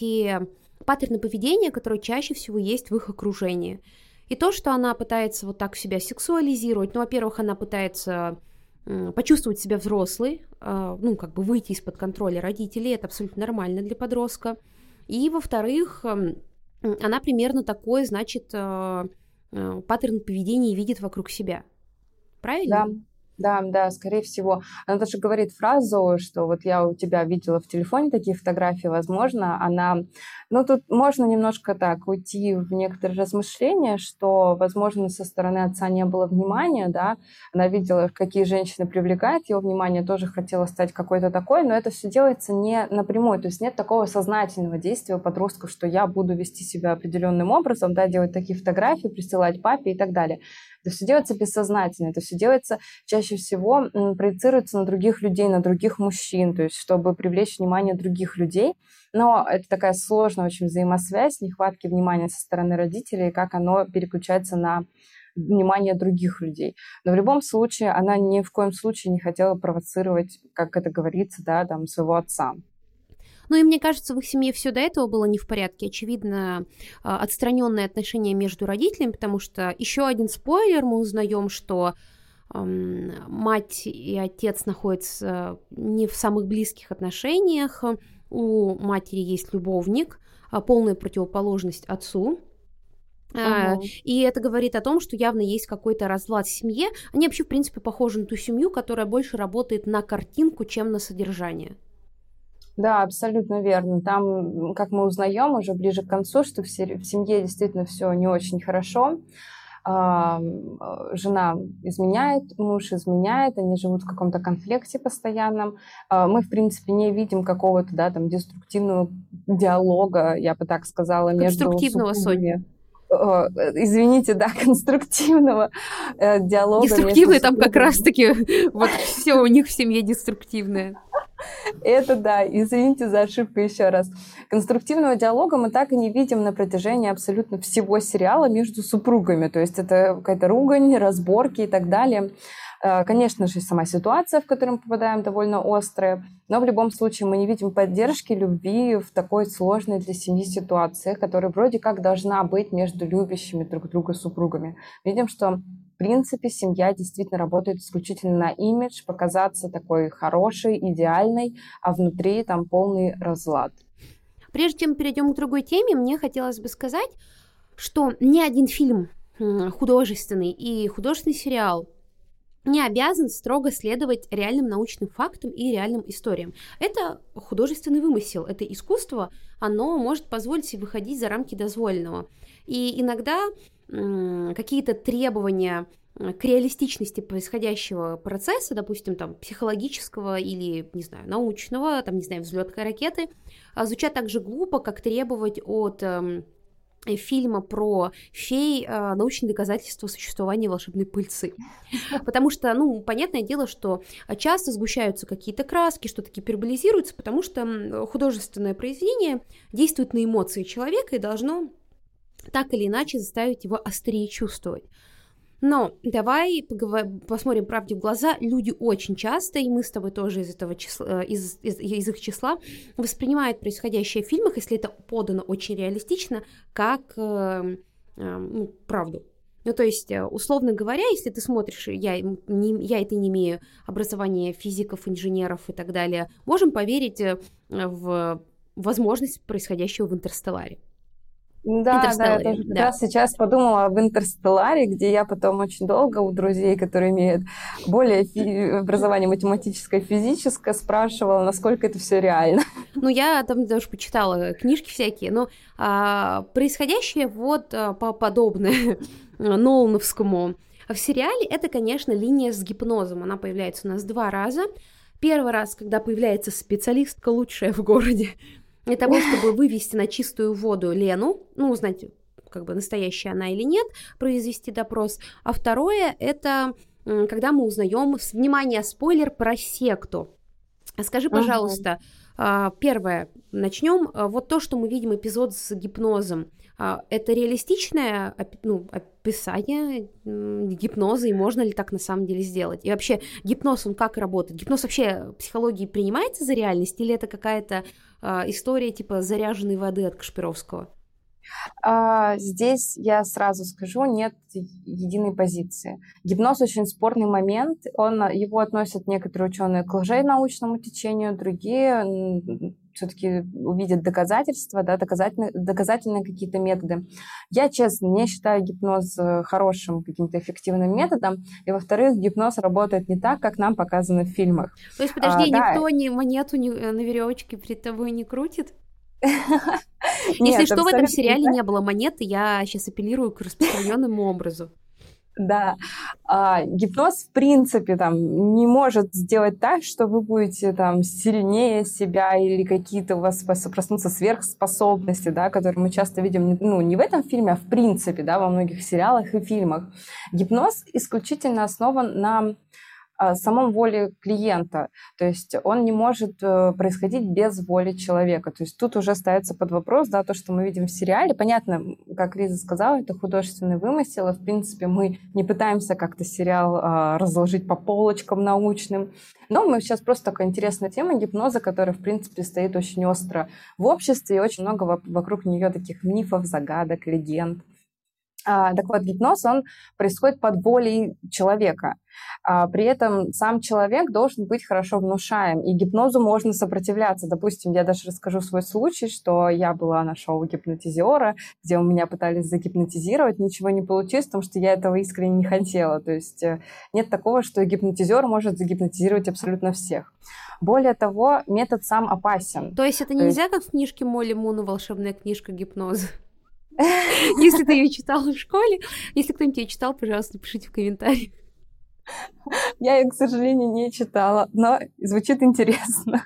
те паттерны поведения, которые чаще всего есть в их окружении. И то, что она пытается вот так себя сексуализировать, ну, во-первых, она пытается почувствовать себя взрослой, ну, как бы выйти из-под контроля родителей, это абсолютно нормально для подростка. И, во-вторых, она примерно такой, значит, паттерн поведения видит вокруг себя. Правильно? Да. Да, да, скорее всего. Она даже говорит фразу, что вот я у тебя видела в телефоне такие фотографии, возможно, она... Ну, тут можно немножко так уйти в некоторые размышления, что, возможно, со стороны отца не было внимания, да, она видела, какие женщины привлекают его внимание, тоже хотела стать какой-то такой, но это все делается не напрямую, то есть нет такого сознательного действия у подростков, что я буду вести себя определенным образом, да, делать такие фотографии, присылать папе и так далее. Это все делается бессознательно, это все делается чаще всего, м, проецируется на других людей, на других мужчин, то есть чтобы привлечь внимание других людей. Но это такая сложная очень взаимосвязь, нехватки внимания со стороны родителей, как оно переключается на внимание других людей. Но в любом случае она ни в коем случае не хотела провоцировать, как это говорится, да, там, своего отца. Ну и мне кажется, в их семье все до этого было не в порядке. Очевидно, отстраненные отношения между родителями, потому что еще один спойлер, мы узнаем, что эм, мать и отец находятся не в самых близких отношениях. У матери есть любовник, полная противоположность отцу. Uh-huh. И это говорит о том, что явно есть какой-то разлад в семье. Они вообще, в принципе, похожи на ту семью, которая больше работает на картинку, чем на содержание. Да, абсолютно верно. Там, как мы узнаем уже ближе к концу, что в семье действительно все не очень хорошо. Жена изменяет, муж изменяет, они живут в каком-то конфликте постоянном. Мы, в принципе, не видим какого-то, да, там, деструктивного диалога, я бы так сказала, между конструктивного супругами. Извините, да, конструктивного э, диалога. Деструктивный там как раз-таки, вот все у них в семье деструктивное. Это да, извините за ошибку еще раз. Конструктивного диалога мы так и не видим на протяжении абсолютно всего сериала между супругами. То есть это какая-то ругань, разборки и так далее. Конечно же, сама ситуация, в которую мы попадаем, довольно острая, но в любом случае мы не видим поддержки, любви в такой сложной для семьи ситуации, которая вроде как должна быть между любящими друг друга супругами. Видим, что в принципе семья действительно работает исключительно на имидж, показаться такой хорошей, идеальной, а внутри там полный разлад. Прежде чем перейдем к другой теме, мне хотелось бы сказать, что ни один фильм художественный и художественный сериал не обязан строго следовать реальным научным фактам и реальным историям. Это художественный вымысел, это искусство, оно может позволить себе выходить за рамки дозволенного. И иногда м- какие-то требования к реалистичности происходящего процесса, допустим, там, психологического или, не знаю, научного, там, не знаю, взлетной ракеты, звучат так же глупо, как требовать от м- фильма про фей э, научные доказательства существования волшебной пыльцы. Потому что, ну, понятное дело, что часто сгущаются какие-то краски, что-то гиперболизируется, потому что художественное произведение действует на эмоции человека и должно так или иначе заставить его острее чувствовать. Но давай поговор- посмотрим правде в глаза. Люди очень часто, и мы с тобой тоже из этого числа, из, из, из их числа, воспринимают происходящее в фильмах, если это подано очень реалистично, как э, э, ну, правду. Ну, то есть, условно говоря, если ты смотришь, я, не, я и ты не имею образования физиков, инженеров и так далее, можем поверить в возможность происходящего в «Интерстелларе». Да, да, я тоже как да. раз сейчас подумала об «Интерстелларе», где я потом очень долго у друзей, которые имеют более фи- образование математическое, физическое, спрашивала, насколько это все реально. Ну, я там даже почитала книжки всякие, но а, происходящее вот а, подобное Нолановскому в сериале, это, конечно, линия с гипнозом. Она появляется у нас два раза. Первый раз, когда появляется специалистка лучшая в городе, для того, чтобы вывести на чистую воду Лену, ну, узнать, как бы настоящая она или нет, произвести допрос. А второе, это когда мы узнаем, внимание, спойлер, про секту. Скажи, пожалуйста, uh-huh. первое, начнем. Вот то, что мы видим эпизод с гипнозом, это реалистичное ну, описание гипноза, и можно ли так на самом деле сделать? И вообще, гипноз, он как работает? Гипноз вообще в психологии принимается за реальность, или это какая-то история типа заряженной воды от Кашпировского? А, здесь я сразу скажу, нет единой позиции. Гипноз очень спорный момент, он, его относят некоторые ученые к лженаучному течению, другие все-таки увидят доказательства, да, доказательные, доказательные какие-то методы. Я, честно, не считаю гипноз хорошим каким-то эффективным методом, и, во-вторых, гипноз работает не так, как нам показано в фильмах. То есть, подожди, а, никто да. ни монету ни, на веревочке перед тобой не крутит? Если Нет, что, в этом сериале да? не было монеты, я сейчас апеллирую к распространенному образу. Да, а, гипноз в принципе там не может сделать так, что вы будете там сильнее себя или какие-то у вас проснутся сверхспособности, да, которые мы часто видим, ну, не в этом фильме, а в принципе, да, во многих сериалах и фильмах. Гипноз исключительно основан на самом воле клиента, то есть он не может происходить без воли человека, то есть тут уже ставится под вопрос, да, то, что мы видим в сериале, понятно, как Лиза сказала, это художественный вымысел, и в принципе мы не пытаемся как-то сериал а, разложить по полочкам научным, но мы сейчас просто такая интересная тема гипноза, которая в принципе стоит очень остро в обществе, и очень много вокруг нее таких мифов, загадок, легенд. А, так вот, гипноз, он происходит под волей человека. А, при этом сам человек должен быть хорошо внушаем, и гипнозу можно сопротивляться. Допустим, я даже расскажу свой случай, что я была на шоу гипнотизера, где у меня пытались загипнотизировать, ничего не получилось, потому что я этого искренне не хотела. То есть нет такого, что гипнотизер может загипнотизировать абсолютно всех. Более того, метод сам опасен. То есть это нельзя, есть... как в книжке Молли Муна «Волшебная книжка гипноза»? Если ты ее читала в школе, если кто-нибудь ее читал, пожалуйста, пишите в комментариях. Я ее, к сожалению, не читала, но звучит интересно.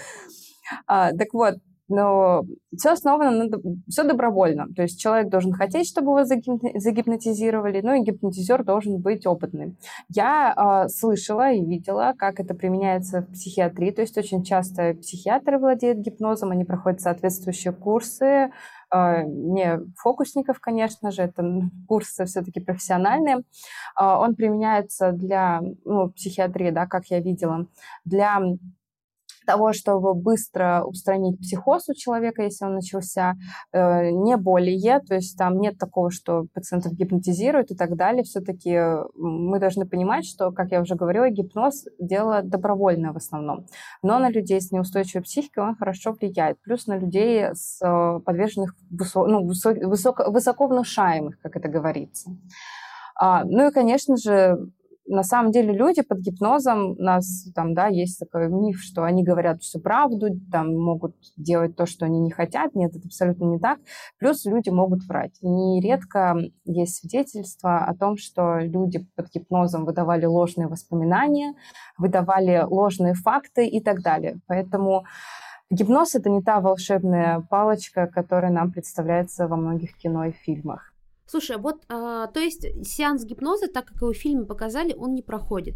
А, так вот, но все основано на... Все добровольно. То есть человек должен хотеть, чтобы его загипнотизировали, ну и гипнотизер должен быть опытным. Я а, слышала и видела, как это применяется в психиатрии. То есть очень часто психиатры владеют гипнозом, они проходят соответствующие курсы, не фокусников, конечно же, это курсы все-таки профессиональные. Он применяется для ну, психиатрии, да, как я видела, для того, чтобы быстро устранить психоз у человека, если он начался, не более, то есть там нет такого, что пациентов гипнотизируют и так далее. Все-таки мы должны понимать, что, как я уже говорила, гипноз – дело добровольное в основном. Но на людей с неустойчивой психикой он хорошо влияет. Плюс на людей, с подверженных, высо, ну, высоко, высоко внушаемых, как это говорится. Ну и, конечно же, на самом деле люди под гипнозом, у нас там, да, есть такой миф, что они говорят всю правду, там могут делать то, что они не хотят. Нет, это абсолютно не так. Плюс люди могут врать. Нередко есть свидетельства о том, что люди под гипнозом выдавали ложные воспоминания, выдавали ложные факты и так далее. Поэтому гипноз — это не та волшебная палочка, которая нам представляется во многих кино и фильмах. Слушай, вот, а, то есть сеанс гипноза, так как его в фильме показали, он не проходит?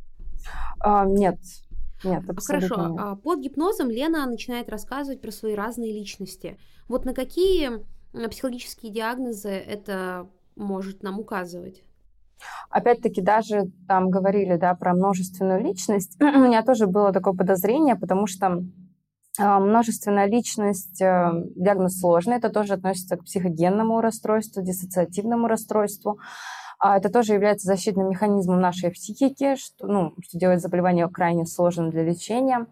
А, нет, нет, абсолютно Хорошо, нет. А, под гипнозом Лена начинает рассказывать про свои разные личности. Вот на какие психологические диагнозы это может нам указывать? Опять-таки, даже там говорили, да, про множественную личность. У меня тоже было такое подозрение, потому что множественная личность, диагноз сложный, это тоже относится к психогенному расстройству, диссоциативному расстройству. Это тоже является защитным механизмом нашей психики, что, ну, что делает заболевание крайне сложным для лечения.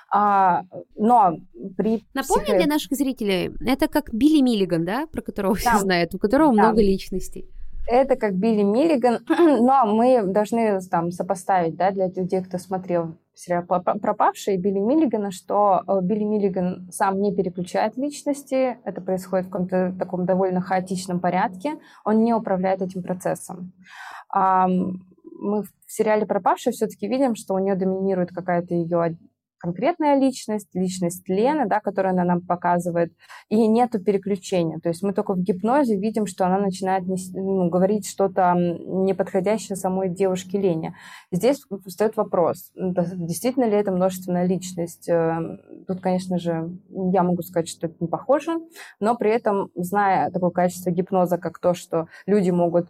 Но при Напомню психо... для наших зрителей, это как Билли Миллиган, да, про которого да. все знают, у которого да. много личностей. Это как Билли Миллиган, но мы должны там сопоставить, да, для тех, кто смотрел сериал «Пропавшие» Билли Миллигана, что Билли Миллиган сам не переключает личности, это происходит в каком-то таком довольно хаотичном порядке, он не управляет этим процессом. Мы в сериале «Пропавшие» все-таки видим, что у нее доминирует какая-то ее конкретная личность, личность Лены, да, которую она нам показывает, и нету переключения. То есть мы только в гипнозе видим, что она начинает ну, говорить что-то неподходящее самой девушке Лене. Здесь встает вопрос, действительно ли это множественная личность. Тут, конечно же, я могу сказать, что это не похоже, но при этом, зная такое качество гипноза, как то, что люди могут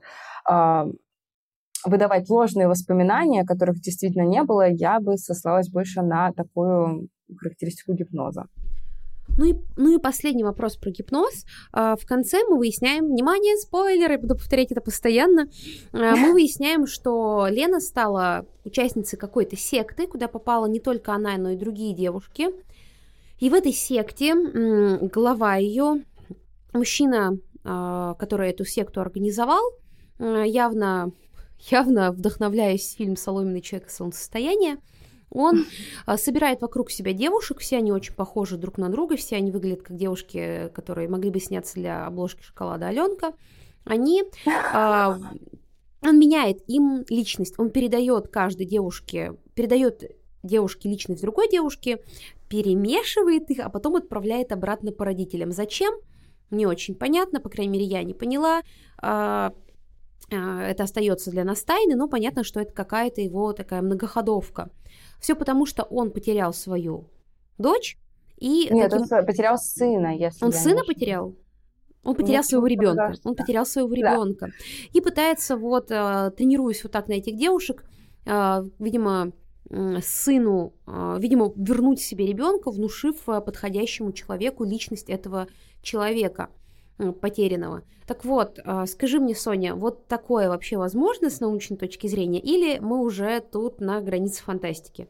выдавать ложные воспоминания, которых действительно не было, я бы сослалась больше на такую характеристику гипноза. Ну и, ну и последний вопрос про гипноз. В конце мы выясняем, внимание, спойлеры, буду повторять это постоянно, мы выясняем, что Лена стала участницей какой-то секты, куда попала не только она, но и другие девушки. И в этой секте глава ее, мужчина, который эту секту организовал, явно... явно вдохновляясь фильм «Соломенный человек и солнцестояние», он а, собирает вокруг себя девушек, все они очень похожи друг на друга, все они выглядят как девушки, которые могли бы сняться для обложки «Шоколада Аленка». Они, а, он меняет им личность, он передает каждой девушке, передает девушке личность другой девушки, перемешивает их, а потом отправляет обратно по родителям. Зачем? Не очень понятно, по крайней мере, я не поняла. А, это остается для нас тайной, но понятно, что это какая-то его такая многоходовка. Все потому, что он потерял свою дочь. И Нет, таким... он потерял сына, если Он я сына не потерял? Он потерял Нет, своего ребенка. кажется. Он потерял своего ребенка. Да. И пытается, вот, тренируясь вот так на этих девушек, видимо, сыну, видимо, вернуть себе ребенка, внушив подходящему человеку личность этого человека потерянного. Так вот, скажи мне, Соня, вот такое вообще возможно с научной точки зрения, или мы уже тут на границе фантастики?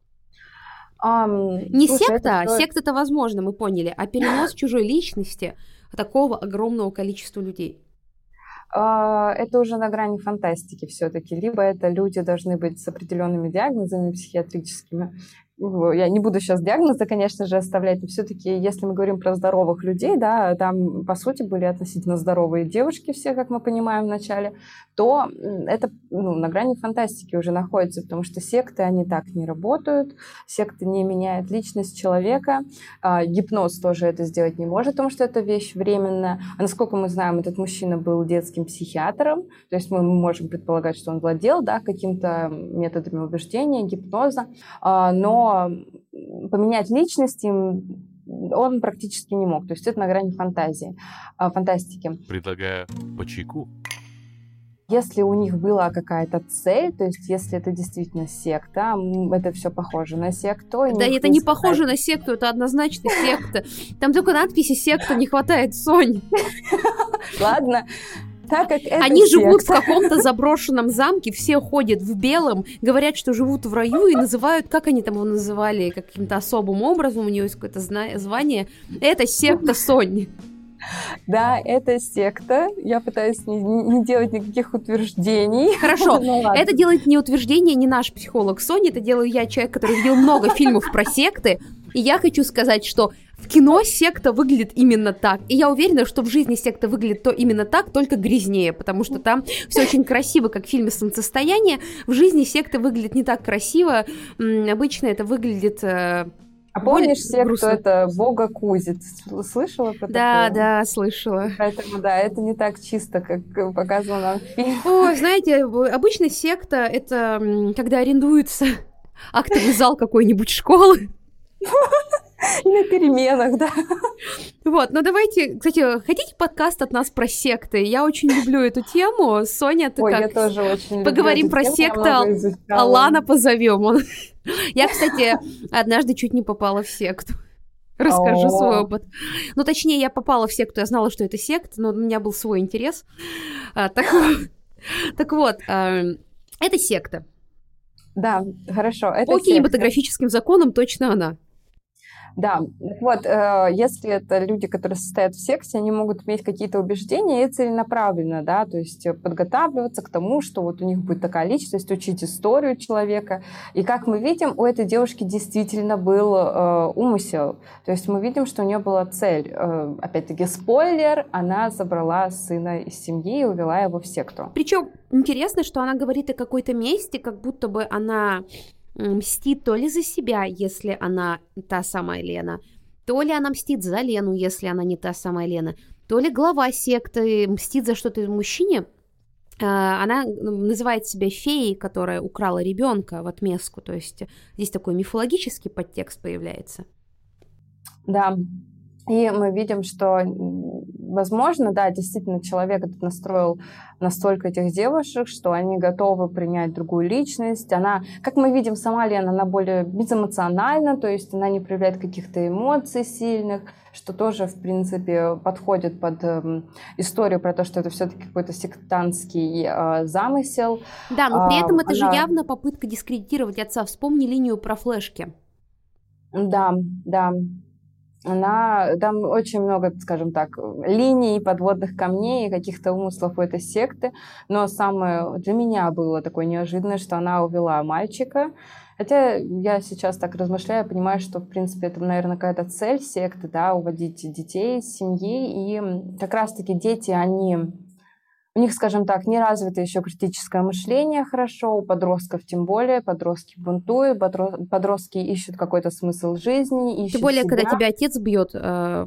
Um, Не слушай, секта, это... секта-то возможно, мы поняли, а перенос чужой личности такого огромного количества людей. Uh, это уже на грани фантастики все-таки. Либо это люди должны быть с определенными диагнозами психиатрическими. Я не буду сейчас диагнозы, конечно же, оставлять, но все-таки, если мы говорим про здоровых людей, да, там, по сути, были относительно здоровые девушки все, как мы понимаем в начале, то это ну, на грани фантастики уже находится, потому что секты, они так не работают, секты не меняют личность человека, а, гипноз тоже это сделать не может, потому что это вещь временная. А насколько мы знаем, этот мужчина был детским психиатром, то есть мы можем предполагать, что он владел, да, какими-то методами убеждения, гипноза, а, но поменять личность им он практически не мог. То есть это на грани фантазии, фантастики. Предлагаю по чайку. Если у них была какая-то цель, то есть если это действительно секта, это все похоже на секту. Да, это не похоже на секту, это однозначно секта. Там только надписи «секта» не хватает, Сонь. Ладно. Так как это Они секта. Живут в каком-то заброшенном замке, все ходят в белом, говорят, что живут в раю и называют, как они там его называли, каким-то особым образом, у него есть какое-то звание. Это секта, Сонь. Да, это секта. Я пытаюсь не, не делать никаких утверждений. Хорошо. Ну, это делает не утверждение, не наш психолог Соня, это делаю я, человек, который видел много фильмов про секты. И я хочу сказать, что в кино секта выглядит именно так. И я уверена, что в жизни секта выглядит то именно так, только грязнее, потому что там все очень красиво, как в фильме «Солнцестояние». В жизни секта выглядит не так красиво. Обычно это выглядит... А помнишь секту, это Бога Кузит? Слышала про да, такое? Да, слышала. Поэтому, да, это не так чисто, как показано нам в фильме. Ой, знаете, обычно секта — это когда арендуется актовый зал какой-нибудь школы. И на переменах, да. Вот, ну давайте, кстати, хотите подкаст от нас про секты? Я очень люблю эту тему. Соня, ты Ой, как? Я тоже очень люблю. Поговорим про секты, Алана позовем. Он... Я, кстати, однажды чуть не попала в секту. Расскажу О-о-о. свой опыт. Ну, точнее, я попала в секту, я знала, что это секта, но у меня был свой интерес. А, так, Так вот, э, это секта. Да, хорошо. Это По секта. кинематографическим законам точно она. Да, вот э, если это люди, которые состоят в секте, они могут иметь какие-то убеждения и целенаправленно, да, то есть подготавливаться к тому, что вот у них будет такая личность, учить историю человека. И как мы видим, у этой девушки действительно был э, умысел. То есть мы видим, что у нее была цель. Э, опять-таки, спойлер, она забрала сына из семьи и увела его в секту. Причем интересно, что она говорит о какой-то мести, как будто бы она мстит то ли за себя, если она та самая Лена, то ли она мстит за Лену, если она не та самая Лена, то ли глава секты мстит за что-то мужчине. Она называет себя феей, которая украла ребенка в отместку, то есть здесь такой мифологический подтекст появляется. Да. И мы видим, что, возможно, да, действительно человек этот настроил настолько этих девушек, что они готовы принять другую личность. Она, как мы видим, сама Лена, она более безэмоциональна, то есть она не проявляет каких-то эмоций сильных, что тоже, в принципе, подходит под э, историю про то, что это все-таки какой-то сектантский э, замысел. Да, но при этом а, это она... же явно попытка дискредитировать отца. Вспомни линию про флешки. Да, да. Она, там очень много, скажем так, линий, подводных камней, каких-то умыслов у этой секты, но самое для меня было такое неожиданное, что она увела мальчика. Хотя я сейчас так размышляю, понимаю, что, в принципе, это, наверное, какая-то цель секты, да, уводить детей из семьи, и как раз-таки дети, они... У них, скажем так, не развито еще критическое мышление хорошо, у подростков тем более, подростки бунтуют, подростки ищут какой-то смысл жизни, ищут Тем более, себя. когда тебя отец бьет... Э...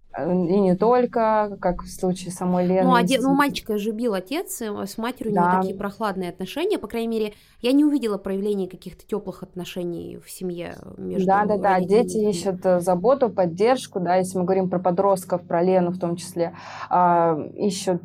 И не только, как в случае самой Лены. Ну, а де... ну мальчика же бил отец, с матерью да. у него такие прохладные отношения. По крайней мере, я не увидела проявления каких-то теплых отношений в семье между Да, да, да. Дети и... ищут заботу, поддержку, да, если мы говорим про подростков, про Лену в том числе, э, ищут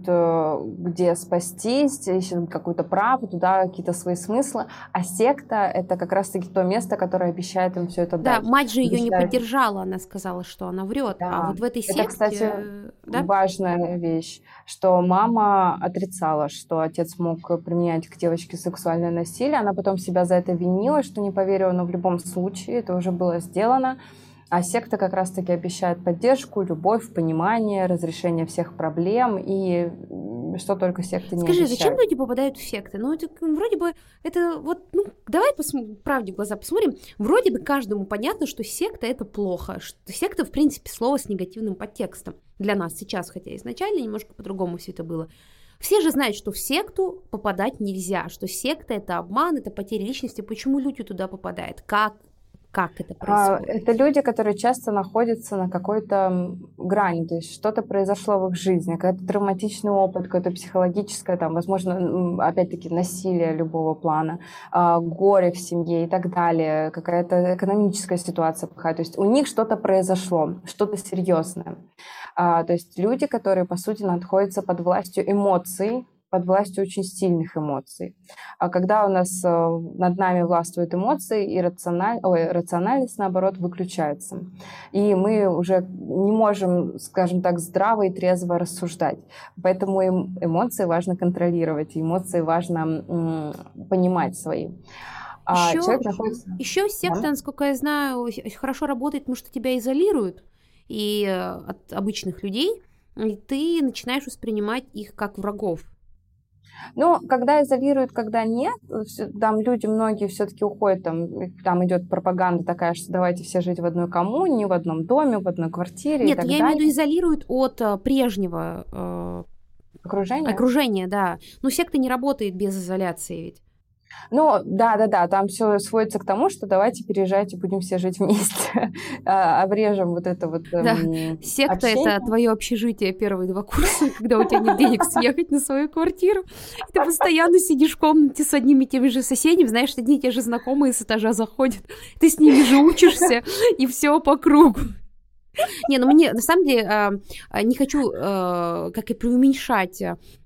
где спастись, ищут какую-то правду, да, какие-то свои смыслы. А секта — это как раз-таки то место, которое обещает им все это дать. Да, мать же ее обещает... не поддержала, она сказала, что она врет. Да. А вот в этой секте... Это, кстати, да? важная вещь, что мама отрицала, что отец мог применять к девочке сексуальное насилие. Она потом себя за это винила, что не поверила, но в любом случае это уже было сделано. А секта как раз-таки обещает поддержку, любовь, понимание, разрешение всех проблем и что только секты не Скажи, обещают. зачем люди попадают в секты? Ну, это вроде бы, это вот, ну, давай посмотрим, правде в глаза посмотрим. Вроде бы каждому понятно, что секта — это плохо. Что секта, в принципе, слово с негативным подтекстом. Для нас сейчас, хотя изначально немножко по-другому все это было. Все же знают, что в секту попадать нельзя, что секта — это обман, это потеря личности. Почему люди туда попадают? Как? Как это происходит? Это люди, которые часто находятся на какой-то грани, то есть что-то произошло в их жизни, какой-то травматичный опыт, какое-то психологическое, там, возможно, опять-таки, насилие любого плана, горе в семье и так далее, какая-то экономическая ситуация плохая. То есть у них что-то произошло, что-то серьезное. То есть люди, которые, по сути, находятся под властью эмоций, под властью очень сильных эмоций. А когда у нас над нами властвуют эмоции, и рациональ... Ой, рациональность, наоборот, выключается. И мы уже не можем, скажем так, здраво и трезво рассуждать. Поэтому эмоции важно контролировать, эмоции важно м- понимать свои. А еще, человек находится... еще секта, да? Насколько я знаю, хорошо работает, потому что тебя изолируют и от обычных людей, и ты начинаешь воспринимать их как врагов. Ну, когда изолируют, когда нет, там люди многие все-таки уходят, там, там идет пропаганда такая, что давайте все жить в одной коммуне, в одном доме, в одной квартире. Нет, и так я далее. имею в виду изолируют от прежнего э, окружения. Окружения, да. Но секта не работает без изоляции ведь. Ну, да-да-да, там все сводится к тому, что давайте переезжайте, будем все жить вместе, обрежем вот это вот да. Секта общение. — это твое общежитие первые два курса, когда у тебя нет денег съехать на свою квартиру, ты постоянно сидишь в комнате с одними и теми же соседями, знаешь, одни и те же знакомые с этажа заходят, ты с ними же учишься, и все по кругу. Не, ну мне, на самом деле, не хочу, как и преуменьшать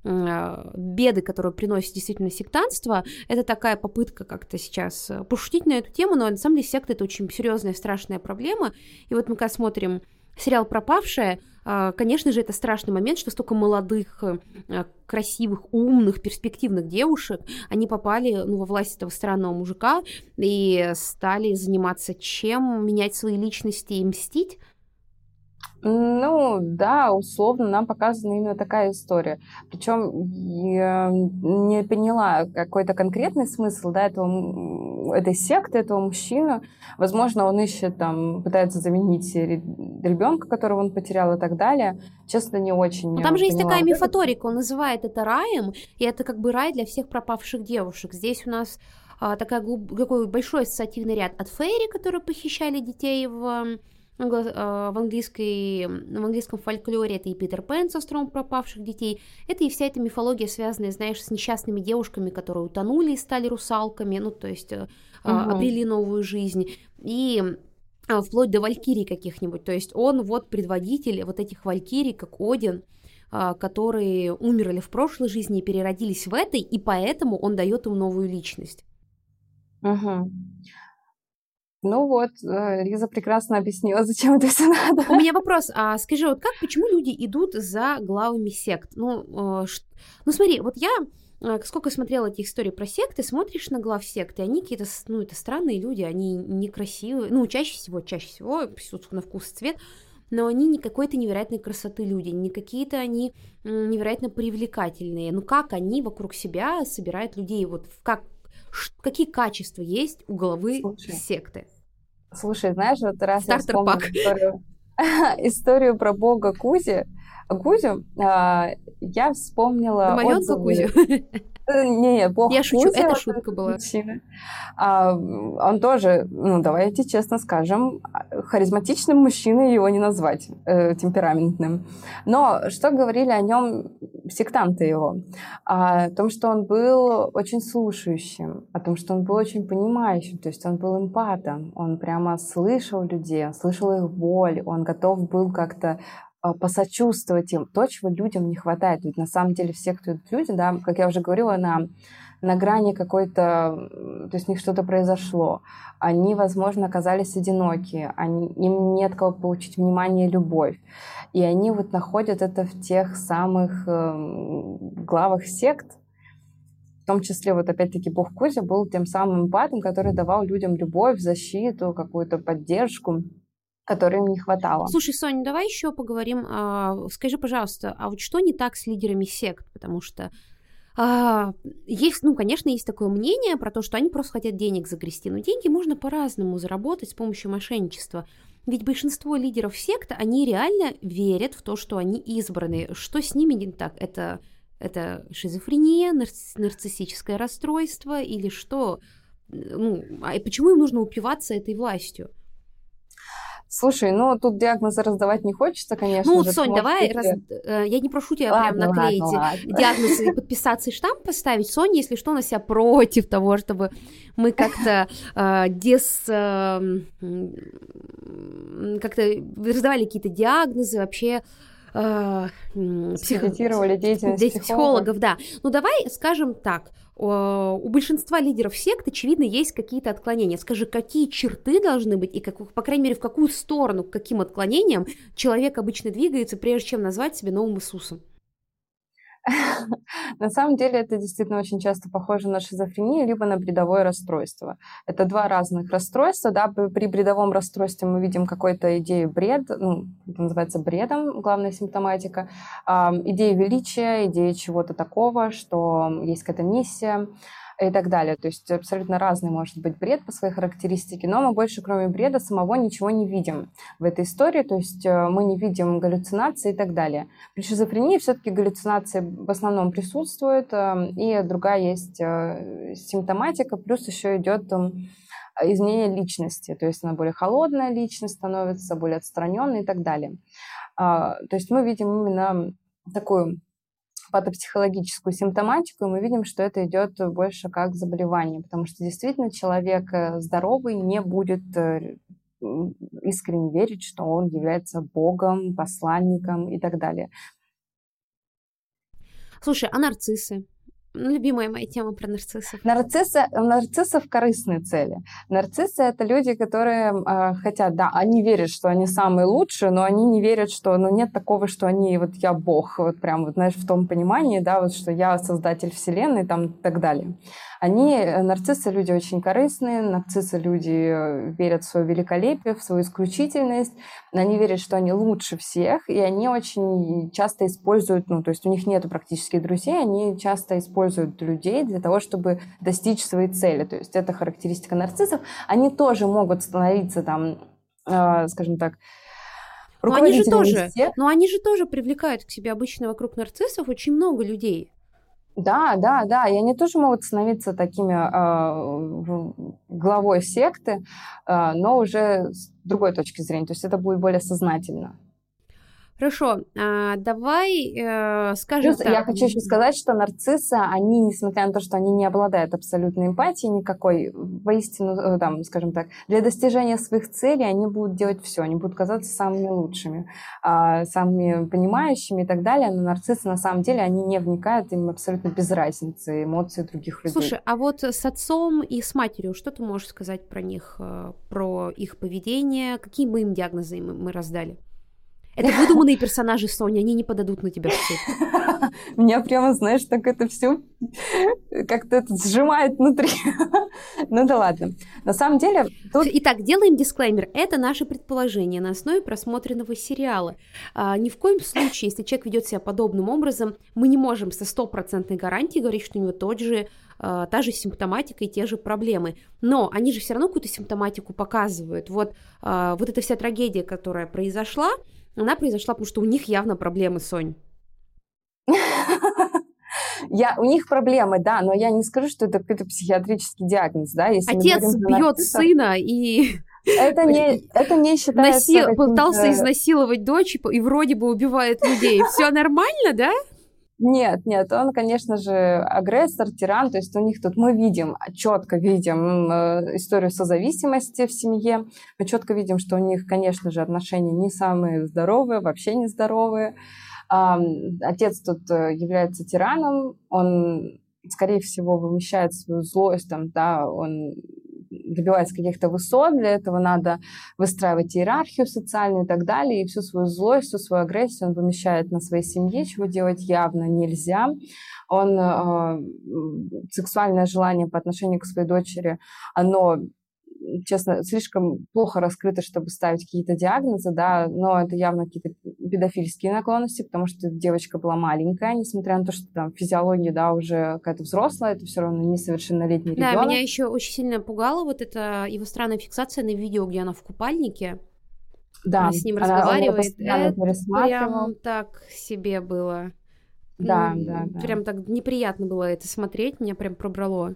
беды, которые приносит действительно сектантство. Это такая попытка как-то сейчас пошутить на эту тему, но на самом деле секта — это очень серьезная, страшная проблема. И вот мы когда смотрим Сериал «Пропавшая», конечно же, это страшный момент, что столько молодых, красивых, умных, перспективных девушек, они попали, ну, во власть этого странного мужика и стали заниматься чем? Менять свои личности и мстить? Ну, да, условно нам показана именно такая история. Причем я не поняла какой-то конкретный смысл, да, этого, этой секты, этого мужчины. Возможно, он ищет там, пытается заменить ребенка, которого он потерял и так далее. Честно, не очень. Но там же есть такая вот мифаторика, он называет это раем, и это как бы рай для всех пропавших девушек. Здесь у нас а, такая глуб... такой большой ассоциативный ряд от фейри, которые похищали детей в... в, английской, в английском фольклоре, это и Питер Пен с островом пропавших детей, это и вся эта мифология, связанная, знаешь, с несчастными девушками, которые утонули и стали русалками, ну, то есть угу. обрели новую жизнь, и вплоть до валькирий каких-нибудь, то есть он вот предводитель вот этих валькирий, как Один, которые умерли в прошлой жизни и переродились в этой, и поэтому он дает им новую личность. Угу. Ну вот, Лиза прекрасно объяснила, зачем это все надо. У меня вопрос, а скажи, вот как, почему люди идут за главами сект? Ну, э, ш... ну смотри, вот я, э, сколько смотрела этих историй про секты, смотришь на глав секты, они какие-то, ну, это странные люди, они некрасивые, ну, чаще всего, чаще всего, на вкус и цвет, но они не какой-то невероятной красоты люди, не какие-то они невероятно привлекательные. Ну, как они вокруг себя собирают людей, вот как, какие качества есть у главы Слушай. секты? Слушай, знаешь, вот раз Стартер я вспомнила историю, историю про бога Кузи, Кузю, а, я вспомнила Домовенка Кузю? Не, бог Я шучу, Кузя, это шутка была. А, он тоже, ну, давайте честно скажем, харизматичным мужчиной его не назвать, э, темпераментным. Но что говорили о нем сектанты его? О том, что он был очень слушающим, о том, что он был очень понимающим, то есть он был эмпатом, он прямо слышал людей, он слышал их боль, он готов был как-то посочувствовать им, то, чего людям не хватает. Ведь на самом деле все, кто идут люди, да, как я уже говорила, на, на грани какой-то, то есть у них что-то произошло. Они, возможно, оказались одиноки, они, им нет кого получить внимание и любовь. И они вот находят это в тех самых э, главах сект. В том числе, вот опять-таки, бог Кузя был тем самым эмпатом, который давал людям любовь, защиту, какую-то поддержку, которой им не хватало. Слушай, Соня, давай еще поговорим. А, скажи, пожалуйста, а вот что не так с лидерами сект? Потому что а, есть, ну, конечно, есть такое мнение про то, что они просто хотят денег загрести. Но деньги можно по-разному заработать с помощью мошенничества. Ведь большинство лидеров сект, они реально верят в то, что они избраны. Что с ними не так? Это, это шизофрения, нарцисс, нарциссическое расстройство или что? Ну, а почему им нужно упиваться этой властью? Слушай, ну тут диагнозы раздавать не хочется, конечно ну, же. Ну, Сонь, давай, раз... я не прошу тебя ладно, прям наклеить ладно, ладно. диагнозы, подписаться и штамп поставить. Соня, если что, у нас вся против того, чтобы мы как-то э, дес... Э, как-то раздавали какие-то диагнозы, вообще... Психотировали деятельность психологов. психологов, да. Ну, давай скажем так. У большинства лидеров сект, очевидно, есть какие-то отклонения. Скажи, какие черты должны быть и, как, по крайней мере, в какую сторону, к каким отклонениям человек обычно двигается, прежде чем назвать себя новым Иисусом? На самом деле это действительно очень часто похоже на шизофрению, либо на бредовое расстройство. Это два разных расстройства. Да? При бредовом расстройстве мы видим какую-то идею бред, ну, это называется бредом, главная симптоматика, э, идею величия, идею чего-то такого, что есть какая-то миссия и так далее. То есть абсолютно разный может быть бред по своей характеристике, но мы больше, кроме бреда, самого ничего не видим в этой истории, то есть мы не видим галлюцинации и так далее. При шизофрении все-таки галлюцинации в основном присутствуют, и другая есть симптоматика, плюс еще идет изменение личности, то есть она более холодная личность становится, более отстраненная и так далее. То есть мы видим именно такую патопсихологическую симптоматику, и мы видим, что это идет больше как заболевание, потому что действительно человек здоровый не будет искренне верить, что он является богом, посланником и так далее. Слушай, а нарциссы? Любимая моя тема про нарциссов. Нарциссы, у нарциссов корыстные цели. Нарциссы — это люди, которые э, хотят, да, они верят, что они самые лучшие, но они не верят, что, ну, нет такого, что они, вот я бог, вот прям, вот, знаешь, в том понимании, да, вот, что я создатель вселенной, там, и так далее. Они, нарциссы, люди очень корыстные, нарциссы, люди верят в свое великолепие, в свою исключительность, они верят, что они лучше всех, и они очень часто используют, ну, то есть у них нет практически друзей, они часто используют людей для того, чтобы достичь своей цели, то есть это характеристика нарциссов. Они тоже могут становиться там, э, скажем так, но они же тоже, но они же тоже привлекают к себе обычно вокруг нарциссов очень много людей. Да, да, да, и они тоже могут становиться такими э, главой секты, э, но уже с другой точки зрения, то есть это будет более сознательно. Хорошо, а давай э, скажем Плюс так. Я хочу еще сказать, что нарциссы, они, несмотря на то, что они не обладают абсолютной эмпатией никакой, воистину, там, скажем так, для достижения своих целей они будут делать все, они будут казаться самыми лучшими, самыми понимающими и так далее, но нарциссы на самом деле, они не вникают, им абсолютно без разницы эмоций других людей. Слушай, а вот с отцом и с матерью, что ты можешь сказать про них, про их поведение, какие бы им диагнозы мы раздали? Это выдуманные персонажи, Соня, они не подадут на тебя в суд. Меня прямо, знаешь, так это все как-то это сжимает внутри. Ну да ладно. На самом деле... Тут... Итак, делаем дисклеймер. Это наше предположение на основе просмотренного сериала. А, ни в коем случае, если человек ведет себя подобным образом, мы не можем со стопроцентной гарантией говорить, что у него тот же, а, та же симптоматика и те же проблемы. Но они же все равно какую-то симптоматику показывают. Вот, а, вот эта вся трагедия, которая произошла, она произошла, потому что у них явно проблемы, Сонь. Я, у них проблемы, да, но я не скажу, что это какой-то психиатрический диагноз, да. Если Отец бьет сына и... Это не, это не считается... Насил... Пытался изнасиловать дочь и вроде бы убивает людей. Все нормально, да? Нет, нет, он, конечно же, агрессор, тиран, то есть у них тут мы видим, четко видим историю созависимости в семье, мы четко видим, что у них, конечно же, отношения не самые здоровые, вообще не здоровые. Отец тут является тираном, он, скорее всего, вымещает свою злость, там, да, он добивается каких-то высот, для этого надо выстраивать иерархию социальную и так далее, и всю свою злость, всю свою агрессию он вымещает на своей семье, чего делать явно нельзя. Он, э, сексуальное желание по отношению к своей дочери, оно, честно, слишком плохо раскрыто, чтобы ставить какие-то диагнозы, да, но это явно какие-то педофильские наклонности, потому что девочка была маленькая, несмотря на то, что там физиология, да, уже какая-то взрослая, это все равно несовершеннолетний ребенок. Да, меня еще очень сильно пугало вот эта его странная фиксация на видео, где она в купальнике, да, она с ним она, разговаривает. Это прям так себе было. Да, ну, да, да. Прям так неприятно было это смотреть, меня прям пробрало.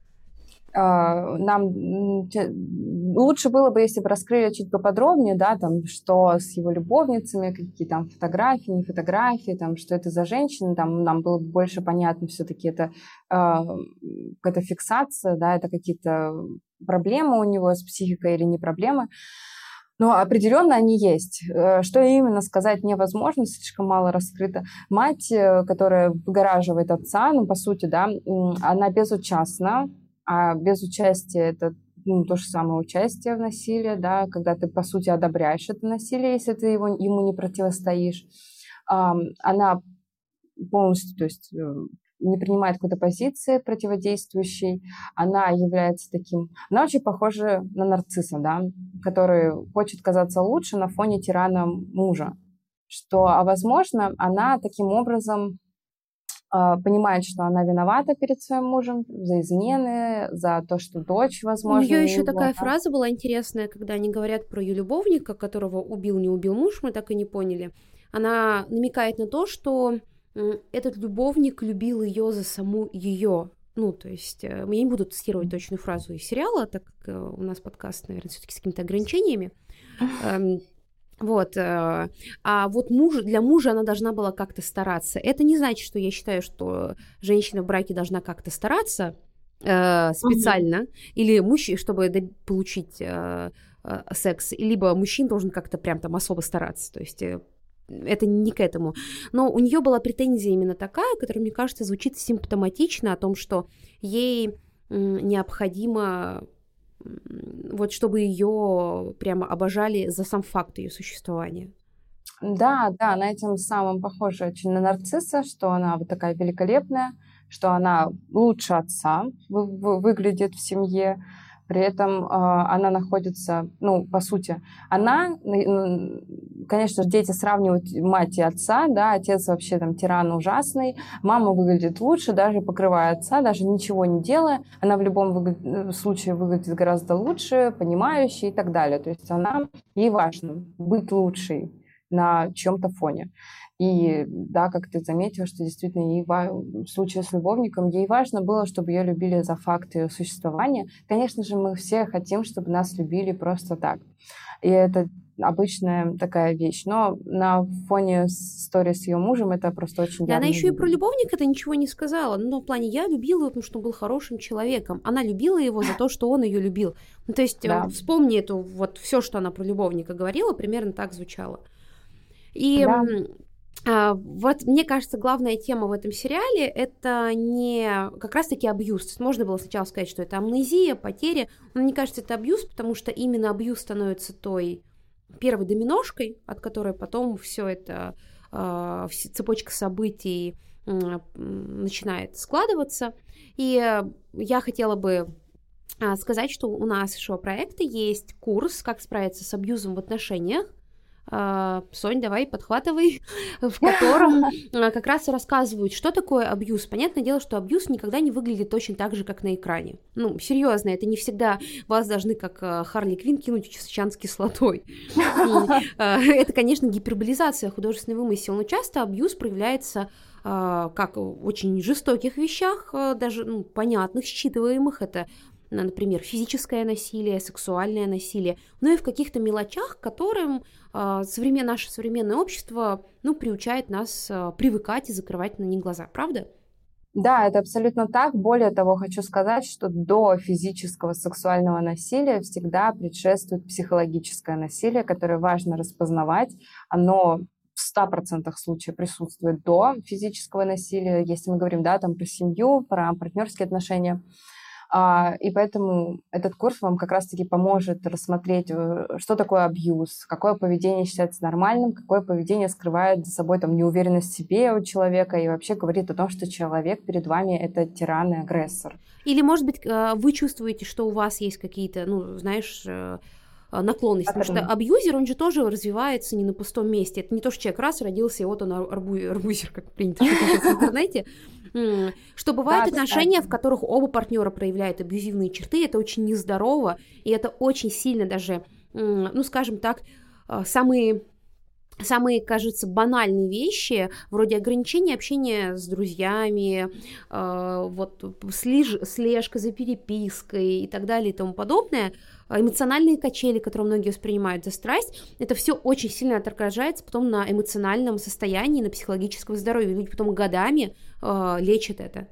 Нам лучше было бы, если бы раскрыли чуть поподробнее, да, там, что с его любовницами, какие там фотографии, не фотографии, там, что это за женщины, там, нам было бы больше понятно, все-таки это э, какая-то фиксация, да, это какие-то проблемы у него с психикой или не проблемы. Но определенно они есть. Что именно сказать невозможно, слишком мало раскрыто. Мать, которая выгораживает отца, ну, по сути, да, она безучастна. А без участия это, ну, то же самое участие в насилии, да, когда ты, по сути, одобряешь это насилие, если ты его, ему не противостоишь. Она полностью, то есть, не принимает какой-то позиции противодействующей. Она является таким... Она очень похожа на нарцисса, да, который хочет казаться лучше на фоне тирана мужа. Что, а возможно, она таким образом... понимает, что она виновата перед своим мужем за измены, за то, что дочь, возможно... У нее еще такая фраза была интересная, когда они говорят про ее любовника, которого убил, не убил муж, мы так и не поняли. Она намекает на то, что этот любовник любил ее за саму ее. Ну, то есть, я не буду цитировать точную фразу из сериала, так как у нас подкаст, наверное, все-таки с какими-то ограничениями. Вот, а вот муж, для мужа она должна была как-то стараться. Это не значит, что я считаю, что женщина в браке должна как-то стараться э, специально, угу. или мужчина, чтобы получить э, э, секс, либо мужчина должен как-то прям там особо стараться. То есть это не к этому. Но у нее была претензия именно такая, которая, мне кажется, звучит симптоматично о том, что ей необходимо, вот, чтобы ее прямо обожали за сам факт ее существования. Да, да, она этим самым похожа очень на нарцисса, что она вот такая великолепная, что она лучше отца вы- вы- выглядит в семье, при этом э, она находится, ну, по сути, она, н- конечно же, дети сравнивают мать и отца, да, отец вообще там тиран ужасный, мама выглядит лучше, даже покрывая отца, даже ничего не делая, она в любом выгля- случае выглядит гораздо лучше, понимающей и так далее, то есть она, ей важно быть лучшей на чем-то фоне. И да, как ты заметила, что действительно ей ва- в случае с любовником ей важно было, чтобы ее любили за факт ее существования. Конечно же, мы все хотим, чтобы нас любили просто так. И это обычная такая вещь. Но на фоне истории с ее мужем это просто очень Да, она явно еще и про видно. любовника-то ничего не сказала. Ну, в плане, я любила его, потому что он был хорошим человеком. Она любила его за то, что он ее любил. Ну, то есть, э, Да, вспомни эту, вот все, что она про любовника говорила, примерно так звучало. И да, м, а, вот мне кажется, главная тема в этом сериале это не как раз-таки абьюз. То есть можно было сначала сказать, что это амнезия, потеря, но мне кажется, это абьюз, потому что именно абьюз становится той первой доминошкой, от которой потом все это, а, вс- цепочка событий м, м, начинает складываться. И э, я хотела бы а, сказать, что у нас шоу-проекта есть курс «Как справиться с абьюзом в отношениях». А, Сонь, давай, подхватывай, в котором а, как раз и рассказывают, что такое абьюз. Понятное дело, что абьюз никогда не выглядит точно так же, как на экране. Ну, серьезно, это не всегда вас должны, как а, Харли Квинн, кинуть в чан с кислотой. М, а, Это, конечно, гиперболизация, художественный вымысел, но часто абьюз проявляется а, как в очень жестоких вещах, а, даже ну, понятных, считываемых. Это, на- например, физическое насилие, сексуальное насилие, но и в каких-то мелочах, к которым а, современ- наше современное общество ну, приучает нас а, привыкать и закрывать на них глаза. Правда? Да, это абсолютно так. Более того, хочу сказать, что до физического сексуального насилия всегда предшествует психологическое насилие, которое важно распознавать. Оно в ста процентах случаев присутствует до физического насилия, если мы говорим, да, там про семью, про партнерские отношения. А, И поэтому этот курс вам как раз-таки поможет рассмотреть, э, что такое абьюз, какое поведение считается нормальным, какое поведение скрывает за собой там, неуверенность в себе у человека и вообще говорит о том, что человек перед вами — это тиран и агрессор. Или, может быть, а, вы чувствуете, что у вас есть какие-то, ну, знаешь, э, а, наклонности, потому что Паттерн. абьюзер, он же тоже развивается не на пустом месте. Это не то, что человек раз родился, и вот он ар- арбу- арбузер, как принято шутить сейчас в интернете. М, Что бывают Да, отношения, в кстати. которых оба партнера проявляют абьюзивные черты, это очень нездорово, и это очень сильно даже, м, ну, скажем так, а, самые самые, кажется, банальные вещи, вроде ограничения общения с друзьями, э, вот слеж- слежка за перепиской и так далее и тому подобное, а, эмоциональные качели, которые многие воспринимают за страсть, это все очень сильно отражается потом на эмоциональном состоянии, на психологическом здоровье. Люди потом годами э, лечат это.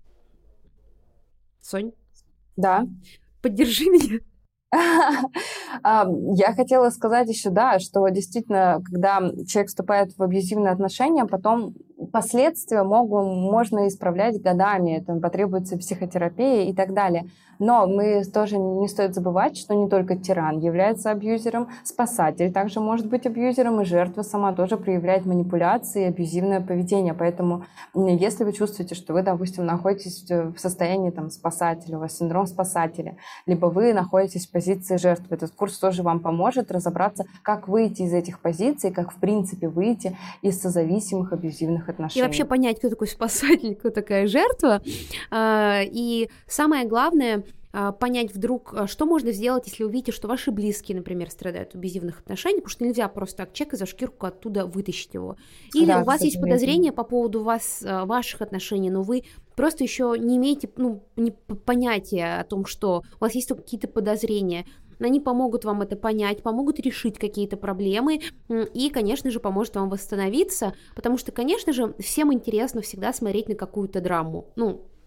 Сонь, Да. поддержи меня. А, Я хотела сказать еще, да, что действительно, когда человек вступает в абьюзивные отношения, потом последствия могут, можно исправлять годами, это потребуется психотерапия и так далее. Но мы тоже не стоит забывать, что не только тиран является абьюзером, спасатель также может быть абьюзером, и жертва сама тоже проявляет манипуляции и абьюзивное поведение. Поэтому если вы чувствуете, что вы, допустим, находитесь в состоянии там, спасателя, у вас синдром спасателя, либо вы находитесь в позиции жертвы, этот курс тоже вам поможет разобраться, как выйти из этих позиций, как, в принципе, выйти из созависимых абьюзивных отношений. И вообще понять, кто такой спасатель, кто такая жертва. А, И самое главное, а, понять вдруг, а, что можно сделать, если вы видите, что ваши близкие, например, страдают от абьюзивных отношений, потому что нельзя просто так человека за шкирку оттуда вытащить его. Или Да, у вас кстати, есть верно. подозрения по поводу вас, а, ваших отношений, но вы просто еще не имеете ну, не- понятия о том, что у вас есть только какие-то подозрения. Они помогут вам это понять, помогут решить какие-то проблемы м, и, конечно же, поможет вам восстановиться, потому что, конечно же, всем интересно всегда смотреть на какую-то драму. Ну,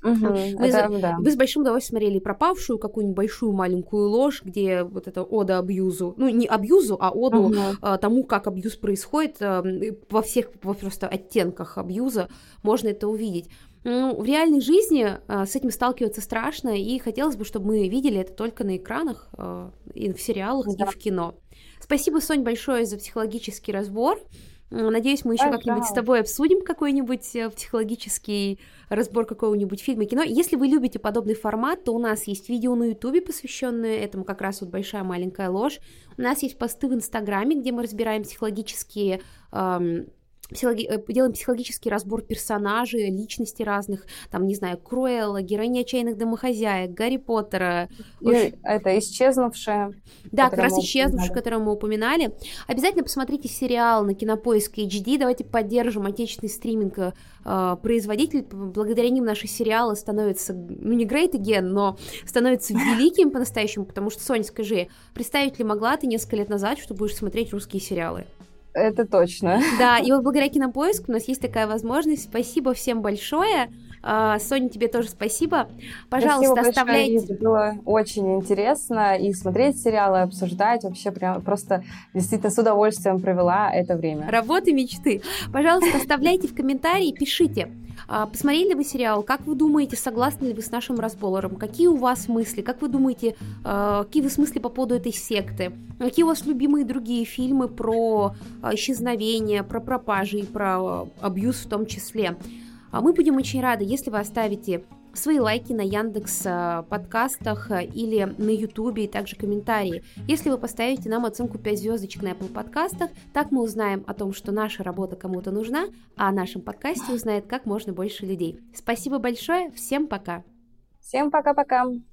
Угу, Мы, это, за... да. Вы с большим удовольствием смотрели «Пропавшую», какую-нибудь большую маленькую ложь, где вот это ода абьюзу, ну не абьюзу, а оду Угу. а, тому, как абьюз происходит, а, во всех во просто оттенках абьюза можно это увидеть. Ну, в реальной жизни а, с этим сталкиваться страшно, и хотелось бы, чтобы мы видели это только на экранах, а, и в сериалах, Да. и в кино. Спасибо, Сонь, большое за психологический разбор. Надеюсь, мы еще Пожалуйста. как-нибудь с тобой обсудим какой-нибудь психологический разбор какого-нибудь фильма, кино. Если вы любите подобный формат, то у нас есть видео на Ютубе, посвященное этому, как раз вот «Большая маленькая ложь». У нас есть посты в Инстаграме, где мы разбираем психологические... Эм, психологи... делаем психологический разбор персонажей, личностей разных, там, не знаю, Круэлла, героини «Отчаянных домохозяек», Гарри Поттера. И это «Исчезнувшая». Да, как раз «Исчезнувшая», которую мы упоминали. Обязательно посмотрите сериал на Кинопоиск эйч ди, давайте поддержим отечественный стриминг э, производитель. Благодаря ним наши сериалы становятся, ну не great again, но становятся великими по-настоящему, потому что, Соня, скажи, представить ли могла ты несколько лет назад, что будешь смотреть русские сериалы? Это точно. Да, и вот благодаря Кинопоиску у нас есть такая возможность. Спасибо всем большое. Соня, тебе тоже спасибо. Пожалуйста, спасибо оставляйте... большое, было очень интересно и смотреть сериалы, и обсуждать. Вообще прям просто действительно с удовольствием провела это время. Работы мечты. Пожалуйста, оставляйте в комментарии, пишите. Посмотрели ли вы сериал? Как вы думаете, согласны ли вы с нашим разбором? Какие у вас мысли? Как вы думаете, какие вы смыслы по поводу этой секты? Какие у вас любимые другие фильмы про исчезновение, про пропажи и про абьюз в том числе? Мы будем очень рады, если вы оставите свои лайки на Яндекс подкастах или на Ютубе, и также комментарии. Если вы поставите нам оценку пять звездочек на Apple подкастах, так мы узнаем о том, что наша работа кому-то нужна, а о нашем подкасте узнает как можно больше людей. Спасибо большое, всем пока! Всем пока-пока!